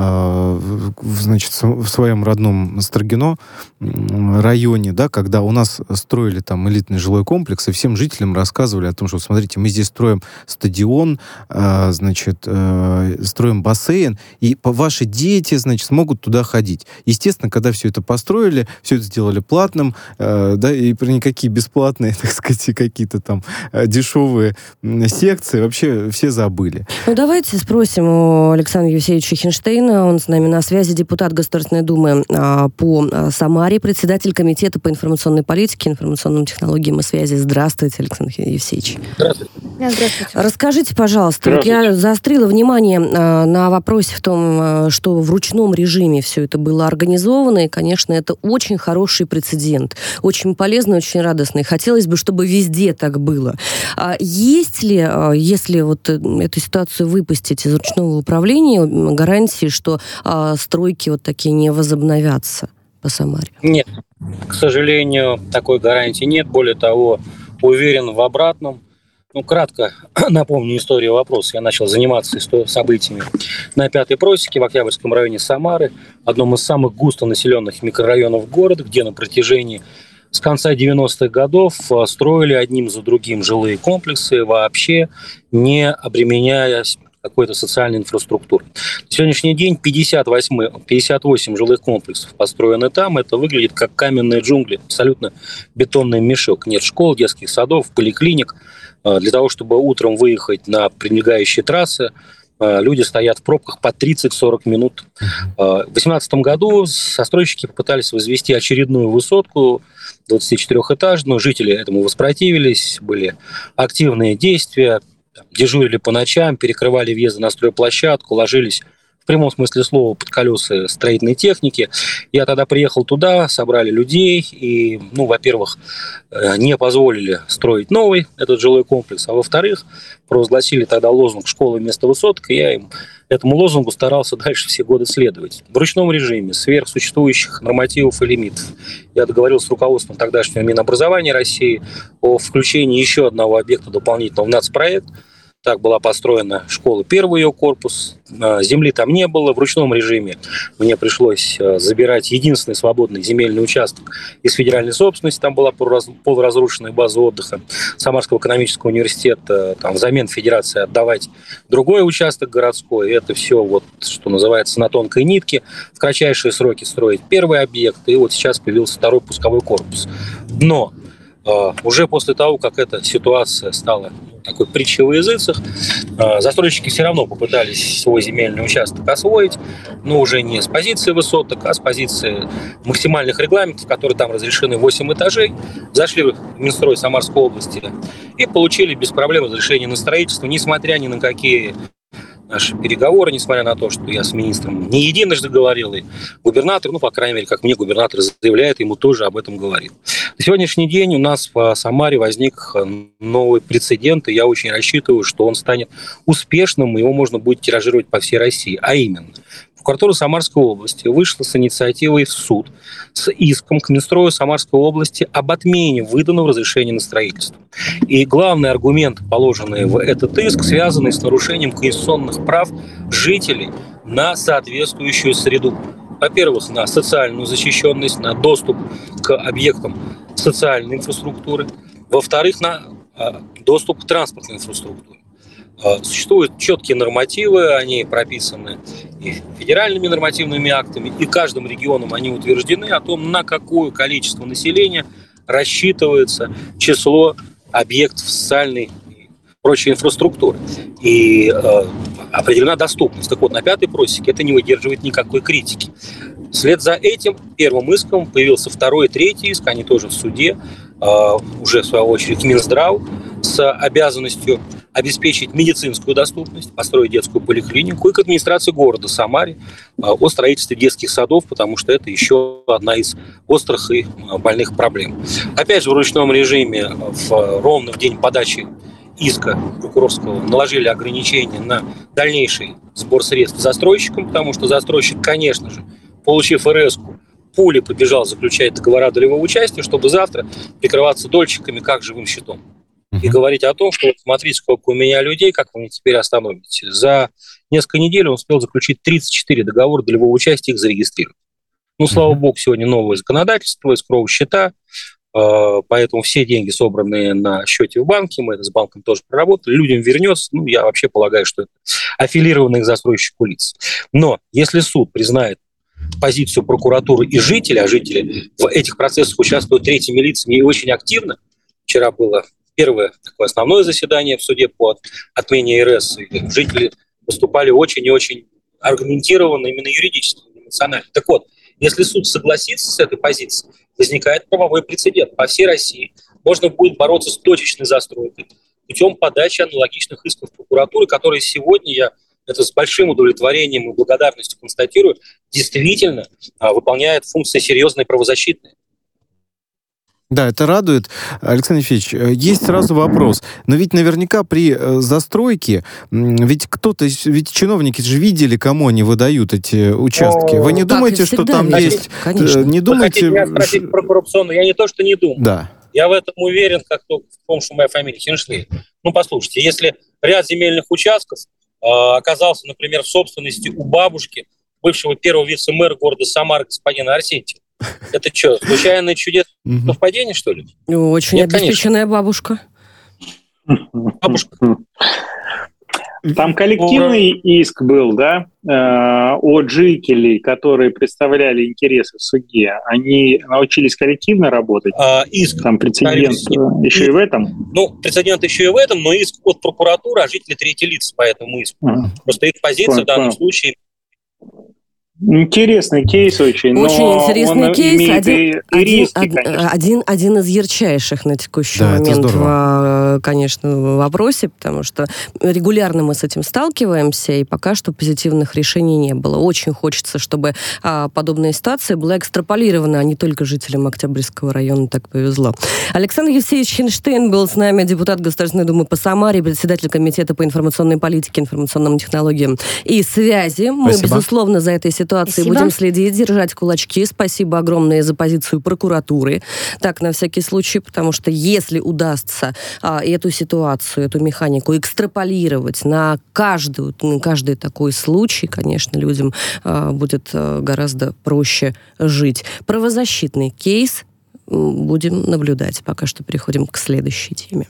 Значит, в своем родном Строгино районе, да, когда у нас строили там элитный жилой комплекс, и всем жителям рассказывали о том, что, смотрите, мы здесь строим стадион, значит, строим бассейн, и ваши дети, значит, смогут туда ходить. Естественно, когда все это построили, все это сделали платным, да, и про никакие бесплатные, так сказать, какие-то там дешевые секции вообще все забыли. Давайте спросим у Александра Евсеевича Хинштейна. Он с нами на связи, депутат Государственной Думы по Самаре, председатель комитета по информационной политике, информационным технологиям и связи. Здравствуйте, Александр Евсеевич. Здравствуйте. Здравствуйте. Расскажите, пожалуйста, вот я заострила внимание на вопросе в том, что в ручном режиме все это было организовано, и, конечно, это очень хороший прецедент, очень полезный, очень радостный. Хотелось бы, чтобы везде так было. Есть ли, если вот эту ситуацию выпустить из ручного управления, гарантии, что стройки вот такие не возобновятся по Самаре? Нет, к сожалению, такой гарантии нет. Более того, уверен в обратном. Кратко напомню историю вопроса. Я начал заниматься событиями на Пятой просеке в Октябрьском районе Самары, одном из самых густонаселенных микрорайонов города, где на протяжении с конца 90-х годов строили одним за другим жилые комплексы, вообще не обременяясь какой-то социальной инфраструктуры. На сегодняшний день 58 жилых комплексов построены там. Это выглядит как каменные джунгли, абсолютно бетонный мешок. Нет школ, детских садов, поликлиник. Для того, чтобы утром выехать на прилегающие трассы, люди стоят в пробках по 30-40 минут. В 2018 году застройщики попытались возвести очередную высотку, 24-этажную. Жители этому воспротивились, были активные действия. Дежурили по ночам, перекрывали въезды на стройплощадку, ложились в прямом смысле слова под колеса строительной техники. Я тогда приехал туда, собрали людей и, во-первых, не позволили строить новый этот жилой комплекс, а во-вторых, провозгласили тогда лозунг «Школа вместо высоток», и я этому лозунгу старался дальше все годы следовать. В ручном режиме, сверх существующих нормативов и лимитов. Я договорился с руководством тогдашнего Минобразования России о включении еще одного объекта дополнительного в нацпроект. Так была построена школа, первый ее корпус. Земли там не было. В ручном режиме мне пришлось забирать единственный свободный земельный участок из федеральной собственности. Там была полуразрушенная база отдыха Самарского экономического университета. Там взамен федерации отдавать другой участок городской. Это все, что называется, на тонкой нитке. В кратчайшие сроки строить первый объект. И сейчас появился второй пусковой корпус. Но уже после того, как эта ситуация стала такой притчей во языцах, застройщики все равно попытались свой земельный участок освоить, но уже не с позиции высоток, а с позиции максимальных регламентов, которые там разрешены 8 этажей, зашли в Минстрой Самарской области и получили без проблем разрешение на строительство, несмотря ни на какие наши переговоры, несмотря на то, что я с министром не единожды говорил, и губернатор, по крайней мере, как мне губернатор заявляет, ему тоже об этом говорил. На сегодняшний день у нас в Самаре возник новый прецедент, и я очень рассчитываю, что он станет успешным, и его можно будет тиражировать по всей России. А именно, прокуратура Самарской области вышла с инициативой в суд с иском к Минстрою Самарской области об отмене выданного разрешения на строительство. И главный аргумент, положенный в этот иск, связанный с нарушением конституционных прав жителей на соответствующую среду. Во-первых, на социальную защищенность, на доступ к объектам социальной инфраструктуры. Во-вторых, на доступ к транспортной инфраструктуре. Существуют четкие нормативы, они прописаны и федеральными нормативными актами, и каждым регионом они утверждены о том, на какое количество населения рассчитывается число объектов социальной и прочей инфраструктуры. И определена доступность. Так вот, на Пятой просеке это не выдерживает никакой критики. Вслед за этим первым иском появился второй и третий иск, они тоже в суде, уже в свою очередь Минздрав с обязанностью обеспечить медицинскую доступность, построить детскую поликлинику, и к администрации города Самаре о строительстве детских садов, потому что это еще одна из острых и больных проблем. Опять же, в ручном режиме ровно в день подачи иска прокурорского наложили ограничения на дальнейший сбор средств застройщикам, потому что застройщик, конечно же, получив РС-ку, пулей побежал заключать договора долевого участия, чтобы завтра прикрываться дольщиками как живым щитом. И говорить о том, что вот смотрите, сколько у меня людей, как вы мне теперь остановите. За несколько недель он успел заключить 34 договора долевого участия, их зарегистрировать. Ну, слава богу, сегодня новое законодательство, эскроу счета, поэтому все деньги, собранные на счете в банке, мы это с банком тоже проработали, людям вернется. Ну, я вообще полагаю, что это аффилированные к застройщику лица. Но если суд признает позицию прокуратуры и жителей, а жители в этих процессах участвуют третьими лицами и очень активно, вчера было первое такое основное заседание в суде по отмене РС, и жители выступали очень и очень аргументированно, именно юридически, эмоционально. Так вот, если суд согласится с этой позицией, возникает правовой прецедент. По всей России можно будет бороться с точечной застройкой путем подачи аналогичных исков прокуратуры, которые сегодня, я это с большим удовлетворением и благодарностью констатирую, действительно выполняет функции серьезной правозащитной. Да, это радует. Александр Ефимович, есть сразу вопрос. Но ведь наверняка при застройке, ведь чиновники же видели, кому они выдают эти участки. Вы не думаете, что там есть... Конечно. Не думаете... Вы хотите меня спросить про коррупционную? Я не то, что не думаю. Да. Я в этом уверен, как только в том, что моя фамилия Хинштейн. Ну, послушайте, если ряд земельных участков оказался, например, в собственности у бабушки бывшего первого вице-мэра города Самары господина Арсентьева, это что, случайное чудесное совпадение, что ли? Очень нет, обеспеченная конечно. Бабушка. Бабушка. Там коллективный иск был, да, от жителей, которые представляли интересы в суде. Они научились коллективно работать? Иск. Там прецедент еще и в этом? Ну, прецедент еще и в этом, но иск от прокуратуры, а жители третьи лица по этому иску. Просто их позиция в данном случае... Интересный кейс очень. Очень интересный кейс. Один из ярчайших на текущий момент, конечно, в вопросе, потому что регулярно мы с этим сталкиваемся, и пока что позитивных решений не было. Очень хочется, чтобы подобная ситуация была экстраполирована, а не только жителям Октябрьского района так повезло. Александр Евсеевич Хинштейн был с нами, депутат Государственной Думы по Самаре, председатель комитета по информационной политике, информационным технологиям и связи. Мы, безусловно, за этой ситуацией будем следить, держать кулачки. Спасибо огромное за позицию прокуратуры. Так, на всякий случай, потому что если удастся эту ситуацию, эту механику экстраполировать на каждый такой случай, конечно, людям будет гораздо проще жить. Правозащитный кейс будем наблюдать. Пока что переходим к следующей теме.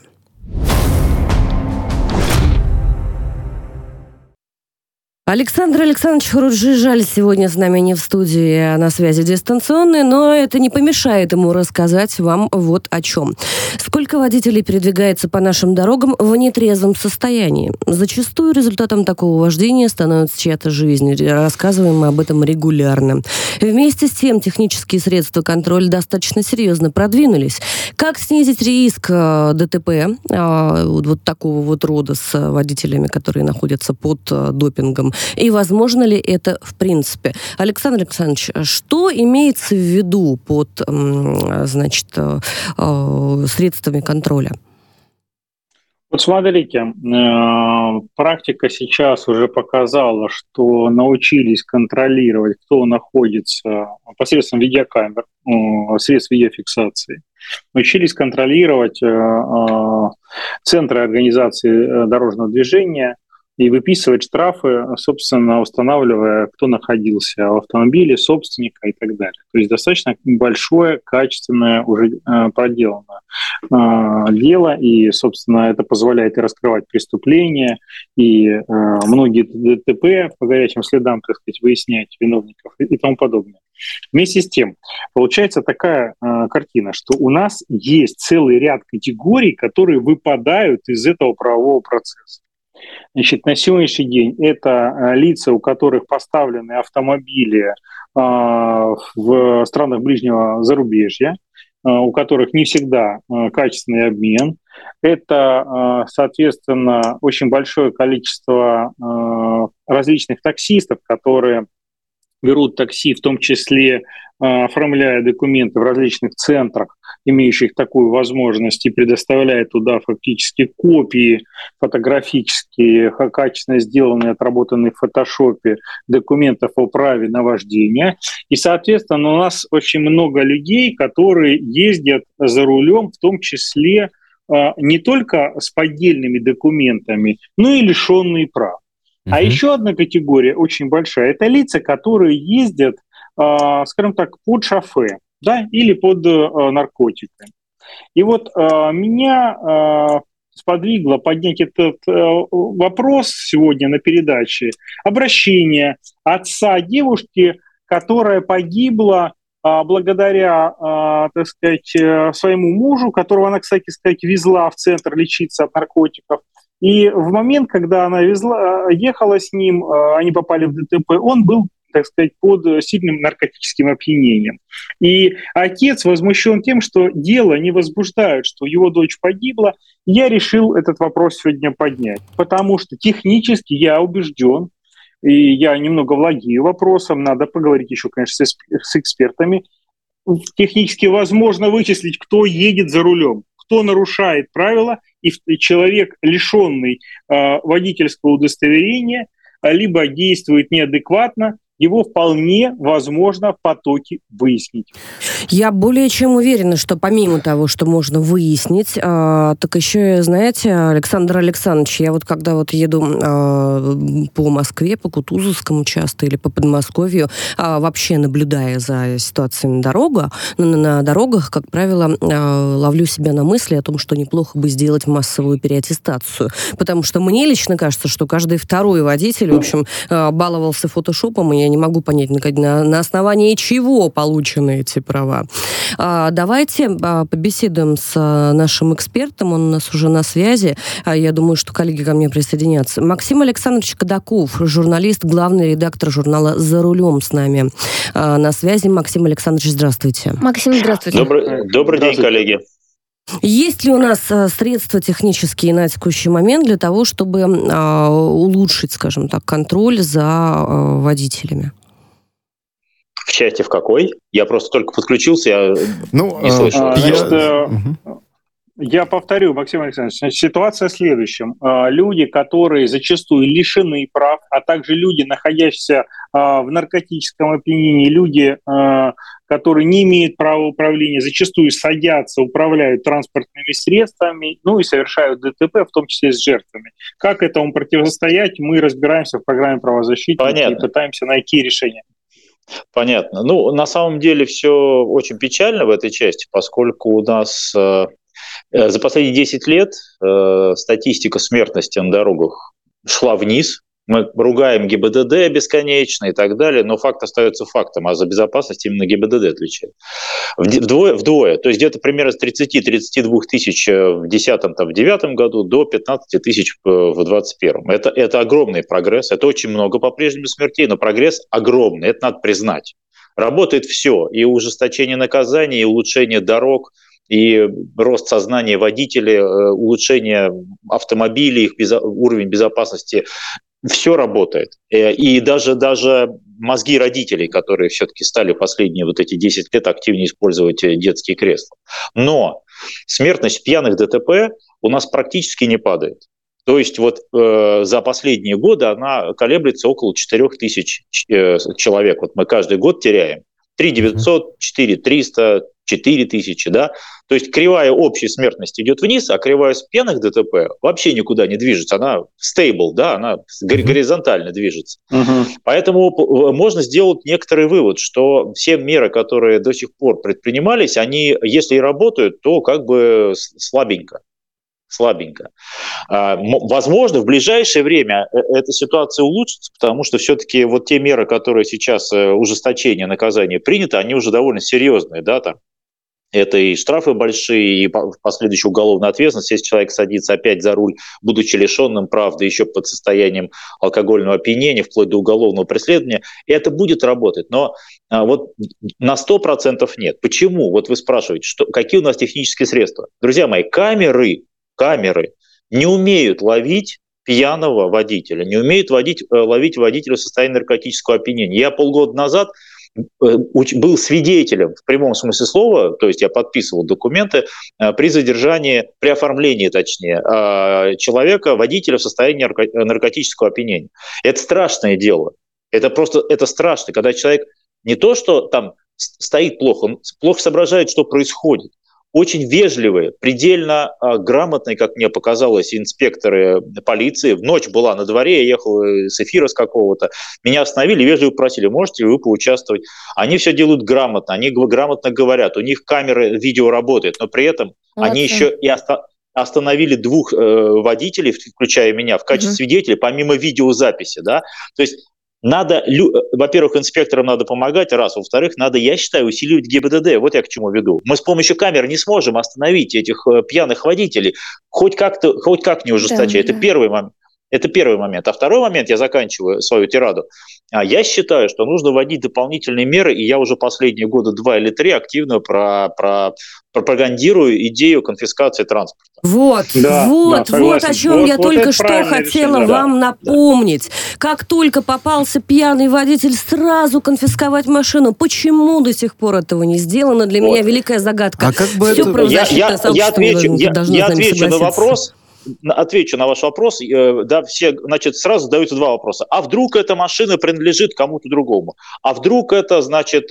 Александр Александрович Хуруджи-Жаль сегодня с нами не в студии, а на связи дистанционной, но это не помешает ему рассказать вам вот о чем. Сколько водителей передвигается по нашим дорогам в нетрезвом состоянии? Зачастую результатом такого вождения становится чья-то жизнь. Рассказываем мы об этом регулярно. Вместе с тем технические средства контроля достаточно серьезно продвинулись. Как снизить риск ДТП вот такого вот рода с водителями, которые находятся под допингом? И возможно ли это в принципе? Александр Александрович, что имеется в виду под, средствами контроля? Вот смотрите, практика сейчас уже показала, что научились контролировать, кто находится посредством видеокамер, средств видеофиксации. Научились контролировать центры организации дорожного движения и выписывать штрафы, собственно, устанавливая, кто находился в автомобиле, собственника и так далее. То есть достаточно большое, качественное уже проделано дело, и, собственно, это позволяет и раскрывать преступления, и многие ДТП по горячим следам, так сказать, выяснять виновников и тому подобное. Вместе с тем, получается такая картина, что у нас есть целый ряд категорий, которые выпадают из этого правового процесса. Значит, на сегодняшний день это лица, у которых поставлены автомобили в странах ближнего зарубежья, у которых не всегда качественный обмен, Это, соответственно, очень большое количество различных таксистов, которые берут такси, в том числе оформляя документы в различных центрах, имеющих такую возможность, и предоставляя туда фактически копии фотографические, качественно сделанные, отработанные в фотошопе документов о праве на вождение. И, соответственно, у нас очень много людей, которые ездят за рулем, в том числе не только с поддельными документами, но и лишенные прав. А еще одна категория очень большая – это лица, которые ездят, скажем так, под шофе, да, или под наркотиками. И вот меня сподвигло поднять этот вопрос сегодня на передаче. Обращение отца девушки, которая погибла благодаря, так сказать, своему мужу, которого она, кстати сказать, везла в центр лечиться от наркотиков. И в момент, когда она ехала с ним, они попали в ДТП, он был, так сказать, под сильным наркотическим опьянением. И отец возмущен тем, что дело не возбуждают, что его дочь погибла. Я решил этот вопрос сегодня поднять, потому что технически я убежден, и я немного владею вопросом, надо поговорить еще, конечно, с экспертами. Технически возможно вычислить, кто едет за рулем, кто нарушает правила, и человек, лишенный водительского удостоверения, либо действует неадекватно, его вполне возможно в потоке выяснить. Я более чем уверена, что помимо того, что можно выяснить, так еще, знаете, Александр Александрович, я вот когда вот еду по Москве, по Кутузовскому часто или по Подмосковью, вообще наблюдая за ситуацией на дорогах, как правило, ловлю себя на мысли о том, что неплохо бы сделать массовую переаттестацию. Потому что мне лично кажется, что каждый второй водитель, в общем, баловался фотошопом, и я не могу понять, на основании чего получены эти права. Давайте побеседуем с нашим экспертом, он у нас уже на связи. Я думаю, что коллеги ко мне присоединятся. Максим Александрович Кадаков, журналист, главный редактор журнала «За рулем» с нами на связи. Максим Александрович, здравствуйте. Максим, здравствуйте. Добрый день, коллеги. Есть ли у нас средства технические на текущий момент для того, чтобы улучшить, скажем так, контроль за водителями? В части в какой? Я просто только подключился, я не слышал. Я повторю, Максим Александрович, ситуация в следующем. Люди, которые зачастую лишены прав, а также люди, находящиеся в наркотическом опьянении, люди, которые не имеют права управления, зачастую садятся, управляют транспортными средствами, ну и совершают ДТП, в том числе с жертвами. Как этому противостоять, мы разбираемся в программе правозащиты и пытаемся найти решение. Понятно. Ну, на самом деле все очень печально в этой части, поскольку у нас за последние 10 лет статистика смертности на дорогах шла вниз. Мы ругаем ГИБДД бесконечно и так далее, но факт остается фактом, а за безопасность именно ГИБДД отвечает. Вдвое. То есть где-то примерно с 30-32 тысяч в 2010-2009 году до 15 тысяч в 2021. Это огромный прогресс, это очень много по-прежнему смертей, но прогресс огромный, это надо признать. Работает все, и ужесточение наказаний, и улучшение дорог, и рост сознания водителей, улучшение автомобилей, их уровень безопасности. Все работает. И даже мозги родителей, которые все-таки стали последние вот эти 10 лет активнее использовать детские кресла. Но смертность пьяных ДТП у нас практически не падает. То есть вот за последние годы она колеблется около 4 тысяч человек. Вот мы каждый год теряем. 3 900, 4 300, 4 тысячи, да? То есть кривая общей смертности идет вниз, а кривая с пьяных ДТП вообще никуда не движется. Она стейбл, да, она горизонтально движется. Поэтому можно сделать некоторый вывод, что все меры, которые до сих пор предпринимались, они, если и работают, то как бы слабенько. Возможно, в ближайшее время эта ситуация улучшится, потому что все-таки вот те меры, которые сейчас ужесточение наказания приняты, они уже довольно серьезные, да, там. Это и штрафы большие, и последующая уголовная ответственность, если человек садится опять за руль, будучи лишенным прав, да еще под состоянием алкогольного опьянения, вплоть до уголовного преследования, это будет работать. Но вот на 100% нет. Почему? Вот вы спрашиваете, какие у нас технические средства. Друзья мои, камеры камеры не умеют ловить пьяного водителя, не умеют ловить водителя в состоянии наркотического опьянения. Я полгода назад был свидетелем в прямом смысле слова, то есть я подписывал документы при задержании, при оформлении, точнее, человека, водителя в состоянии наркотического опьянения. Это страшное дело. Это страшно, когда человек не то, что там стоит плохо, он плохо соображает, что происходит. Очень вежливые, предельно грамотные, как мне показалось, инспекторы полиции. В ночь была на дворе, я ехал с эфира с какого-то. Меня остановили, вежливо просили, можете ли вы поучаствовать. Они все делают грамотно, они грамотно говорят. У них камеры, видео работает, но при этом они еще и остановили 2 водителей, включая меня, в качестве свидетелей, помимо видеозаписи. Да? То есть надо, во-первых, инспекторам надо помогать, раз. Во-вторых, надо, я считаю, усиливать ГИБДД. Вот я к чему веду. Мы с помощью камер не сможем остановить этих пьяных водителей, хоть как не ужесточая. Да. Это первый момент. А второй момент, я заканчиваю свою тираду. Я считаю, что нужно вводить дополнительные меры, и я уже последние года 2 или 3 активно пропагандирую идею конфискации транспорта. Вот о чем я только что хотела вам напомнить. Как только попался пьяный водитель, сразу конфисковать машину. Почему до сих пор этого не сделано? Для меня великая загадка. А как бы все правозащитное сообщество я отвечу на вопрос. Отвечу на ваш вопрос. Да, все, значит, сразу задаются 2 вопроса. А вдруг эта машина принадлежит кому-то другому? А вдруг это, значит,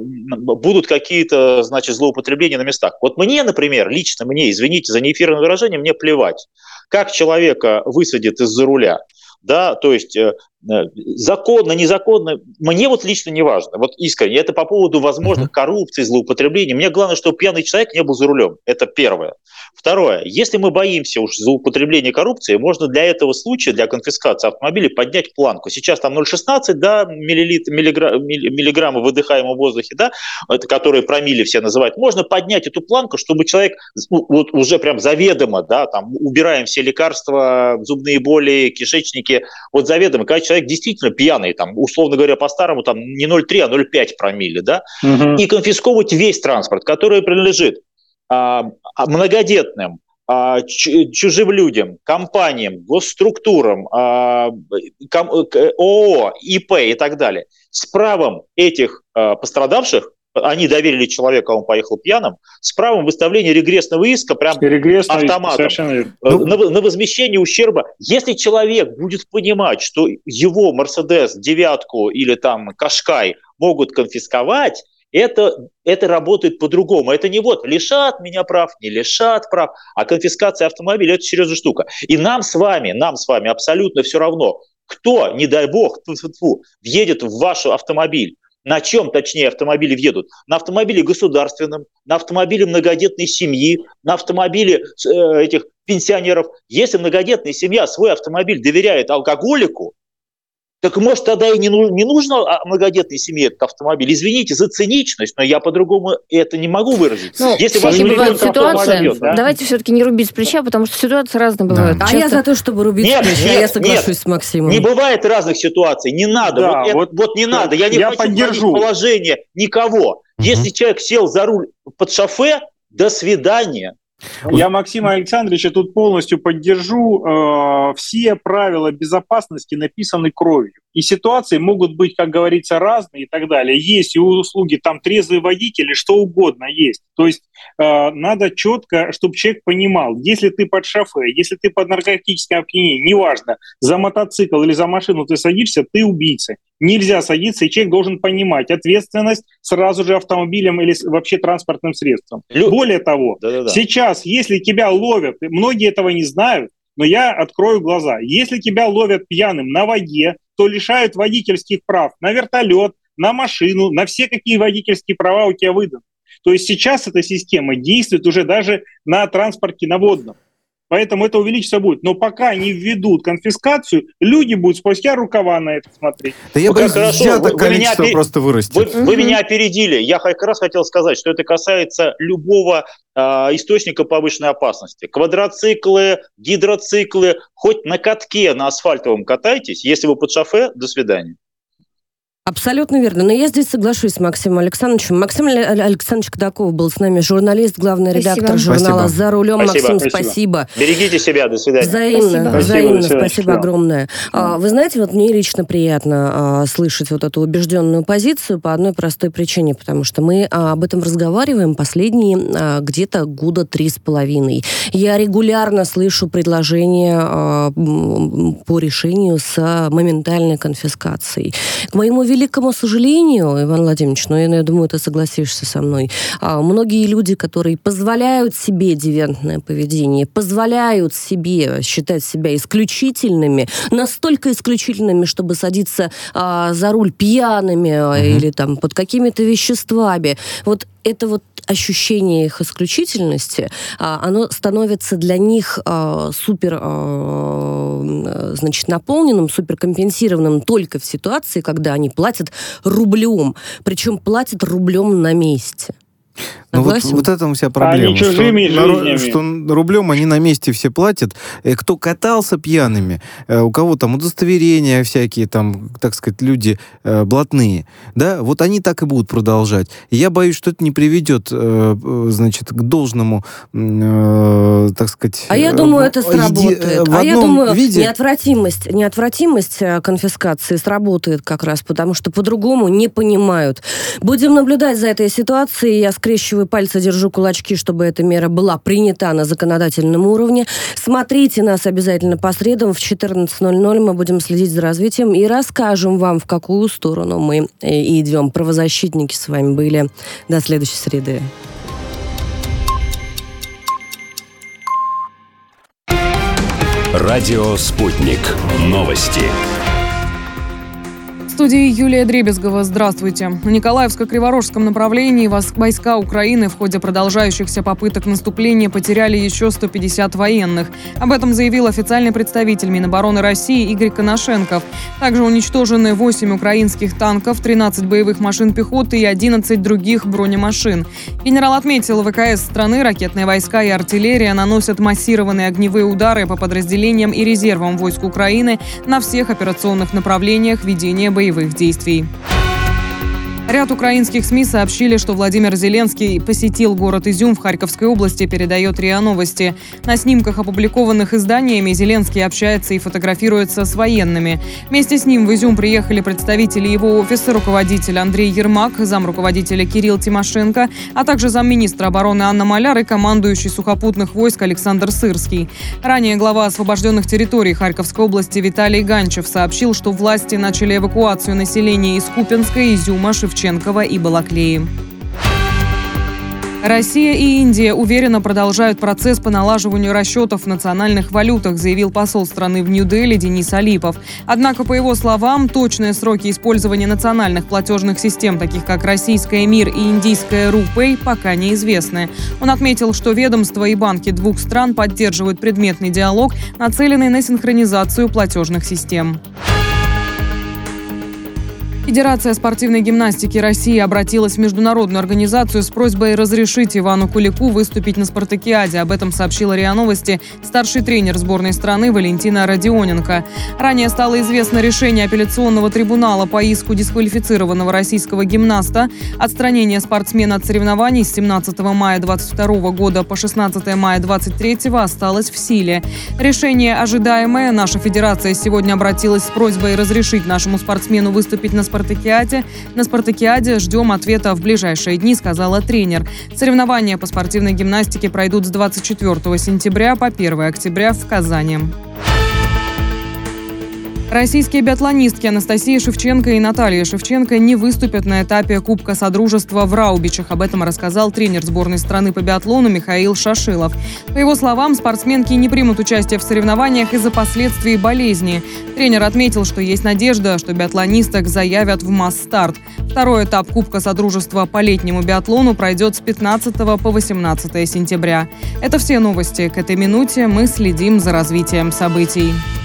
будут какие-то, значит, злоупотребления на местах? Вот мне, например, лично мне, извините за неэфирное выражение, мне плевать, как человека высадят из-за руля. Да, то есть законно, незаконно, мне вот лично не важно. Вот искренне, это по поводу возможных коррупций, злоупотреблений. Мне главное, чтобы пьяный человек не был за рулем. Это первое. Второе. Если мы боимся уж злоупотребления коррупции, можно для этого случая, для конфискации автомобиля поднять планку. Сейчас там 0,16 да, миллиграмма в выдыхаемом воздухе, да, которые промилле все называют. Можно поднять эту планку, чтобы человек вот уже прям заведомо, да, там убираем все лекарства, зубные боли, кишечники, вот заведомо, когда человек действительно пьяный, там, условно говоря, по-старому, там, не 0,3, а 0,5 промилле, да, и конфисковывать весь транспорт, который принадлежит многодетным, чужим людям, компаниям, госструктурам, ООО, ИП и так далее. С правом этих пострадавших, они доверили человеку, а он поехал пьяным, с правом выставления регрессного иска прям автоматом на возмещение ущерба. Если человек будет понимать, что его Мерседес, 9 или там Кашкай могут конфисковать, это работает по-другому. Это не вот лишат меня прав, не лишат прав, а конфискация автомобиля – это серьезная штука. И нам с вами абсолютно все равно, кто, не дай бог, въедет в ваш автомобиль. На чем, точнее, автомобили въедут? На автомобиле государственном, на автомобиле многодетной семьи, на автомобиле этих пенсионеров. Если многодетная семья свой автомобиль доверяет алкоголику, так может тогда и не нужно многодетной семье этот автомобиль. Извините за циничность, но я по-другому это не могу выразить. Если ваша ситуация, да? Давайте все-таки не рубить с плеча, потому что ситуации разные бывают. А я за то, чтобы рубить с плеча, я соглашусь с Максимом. Не бывает разных ситуаций, не надо. Да, вот не надо, я не хочу вводить положение никого. Если человек сел за руль под шофе, до свидания. Я Максима Александровича тут полностью поддержу. Все правила безопасности написаны кровью. И ситуации могут быть, как говорится, разные и так далее. Есть и услуги, там трезвый водитель, что угодно есть. То есть надо четко, чтобы человек понимал, если ты под шофе, если ты под наркотическим опьянением, неважно, за мотоцикл или за машину ты садишься, ты убийца. Нельзя садиться, и человек должен понимать ответственность сразу же автомобилем или вообще транспортным средством. Более того, сейчас, если тебя ловят, многие этого не знают, но я открою глаза. Если тебя ловят пьяным на воде, то лишают водительских прав на вертолет, на машину, на все, какие водительские права у тебя выданы. То есть сейчас эта система действует уже даже на транспорте на водном. Поэтому это увеличиться будет. Но пока не введут конфискацию, люди будут спустя рукава на это смотреть. Да я боюсь, взяток количество просто вырастет. Вы меня опередили. Я как раз хотел сказать, что это касается любого источника повышенной опасности. Квадроциклы, гидроциклы, хоть на катке на асфальтовом катайтесь. Если вы под шофе, до свидания. Абсолютно верно. Но я здесь соглашусь с Максимом Александровичем. Максим Александрович Кадаков был с нами, журналист, главный редактор журнала «За рулем». Максим, спасибо. Берегите себя, до свидания. Взаимно, спасибо огромное. Вы знаете, вот мне лично приятно слышать вот эту убежденную позицию по одной простой причине, потому что мы об этом разговариваем последние где-то года 3,5. Я регулярно слышу предложения по решению с моментальной конфискацией. К моему великому сожалению, Иван Владимирович, но я думаю, ты согласишься со мной, многие люди, которые позволяют себе девиантное поведение, позволяют себе считать себя исключительными, настолько исключительными, чтобы садиться за руль пьяными или там под какими-то веществами, вот это вот ощущение их исключительности, оно становится для них супер, значит, наполненным, суперкомпенсированным только в ситуации, когда они платят рублем, причем платят рублем на месте. Ну вот это вся проблема, что рублем они на месте все платят. Кто катался пьяными, у кого там удостоверения всякие, там, так сказать, люди блатные, да, вот они так и будут продолжать. И я боюсь, что это не приведет, значит, к должному, так сказать... А я думаю, это сработает. А я думаю, неотвратимость конфискации сработает как раз, потому что по-другому не понимают. Будем наблюдать за этой ситуацией. Я скрещиваю пальцы, держу кулачки, чтобы эта мера была принята на законодательном уровне. Смотрите нас обязательно по средам в 14:00. Мы будем следить за развитием и расскажем вам, в какую сторону мы идем. Правозащитники с вами были. До следующей среды. Радио «Спутник». Новости. В студии Юлия Дребезгова. Здравствуйте. На Николаевско-Криворожском направлении войска Украины в ходе продолжающихся попыток наступления потеряли еще 150 военных. Об этом заявил официальный представитель Минобороны России Игорь Коношенков. Также уничтожены 8 украинских танков, 13 боевых машин пехоты и 11 других бронемашин. Генерал отметил, ВКС страны, ракетные войска и артиллерия наносят массированные огневые удары по подразделениям и резервам войск Украины на всех операционных направлениях ведения боевых действий. Ряд украинских СМИ сообщили, что Владимир Зеленский посетил город Изюм в Харьковской области, передает РИА Новости. На снимках, опубликованных изданиями, Зеленский общается и фотографируется с военными. Вместе с ним в Изюм приехали представители его офиса, руководитель Андрей Ермак, замруководителя Кирилл Тимошенко, а также замминистра обороны Анна Маляр и командующий сухопутных войск Александр Сырский. Ранее глава освобожденных территорий Харьковской области Виталий Ганчев сообщил, что власти начали эвакуацию населения из Купянска, Изюма, Шевченкова и Балаклеи. Россия и Индия уверенно продолжают процесс по налаживанию расчетов в национальных валютах, заявил посол страны в Нью-Дели Денис Алипов. Однако, по его словам, точные сроки использования национальных платежных систем, таких как российская МИР и индийская Рупэй, пока неизвестны. Он отметил, что ведомства и банки двух стран поддерживают предметный диалог, нацеленный на синхронизацию платежных систем. Федерация спортивной гимнастики России обратилась в международную организацию с просьбой разрешить Ивану Кулику выступить на спартакиаде. Об этом сообщила РИА Новости старший тренер сборной страны Валентина Родионенко. Ранее стало известно решение апелляционного трибунала по иску дисквалифицированного российского гимнаста. Отстранение спортсмена от соревнований с 17 мая 2022 года по 16 мая 2023 осталось в силе. Решение ожидаемое. Наша федерация сегодня обратилась с просьбой разрешить нашему спортсмену выступить на спартакиаде. На спартакиаде ждем ответа в ближайшие дни, сказала тренер. Соревнования по спортивной гимнастике пройдут с 24 сентября по 1 октября в Казани. Российские биатлонистки Анастасия Шевченко и Наталья Шевченко не выступят на этапе Кубка Содружества в Раубичах. Об этом рассказал тренер сборной страны по биатлону Михаил Шашилов. По его словам, спортсменки не примут участие в соревнованиях из-за последствий болезни. Тренер отметил, что есть надежда, что биатлонисток заявят в масс-старт. Второй этап Кубка Содружества по летнему биатлону пройдет с 15 по 18 сентября. Это все новости к этой минуте. Мы следим за развитием событий.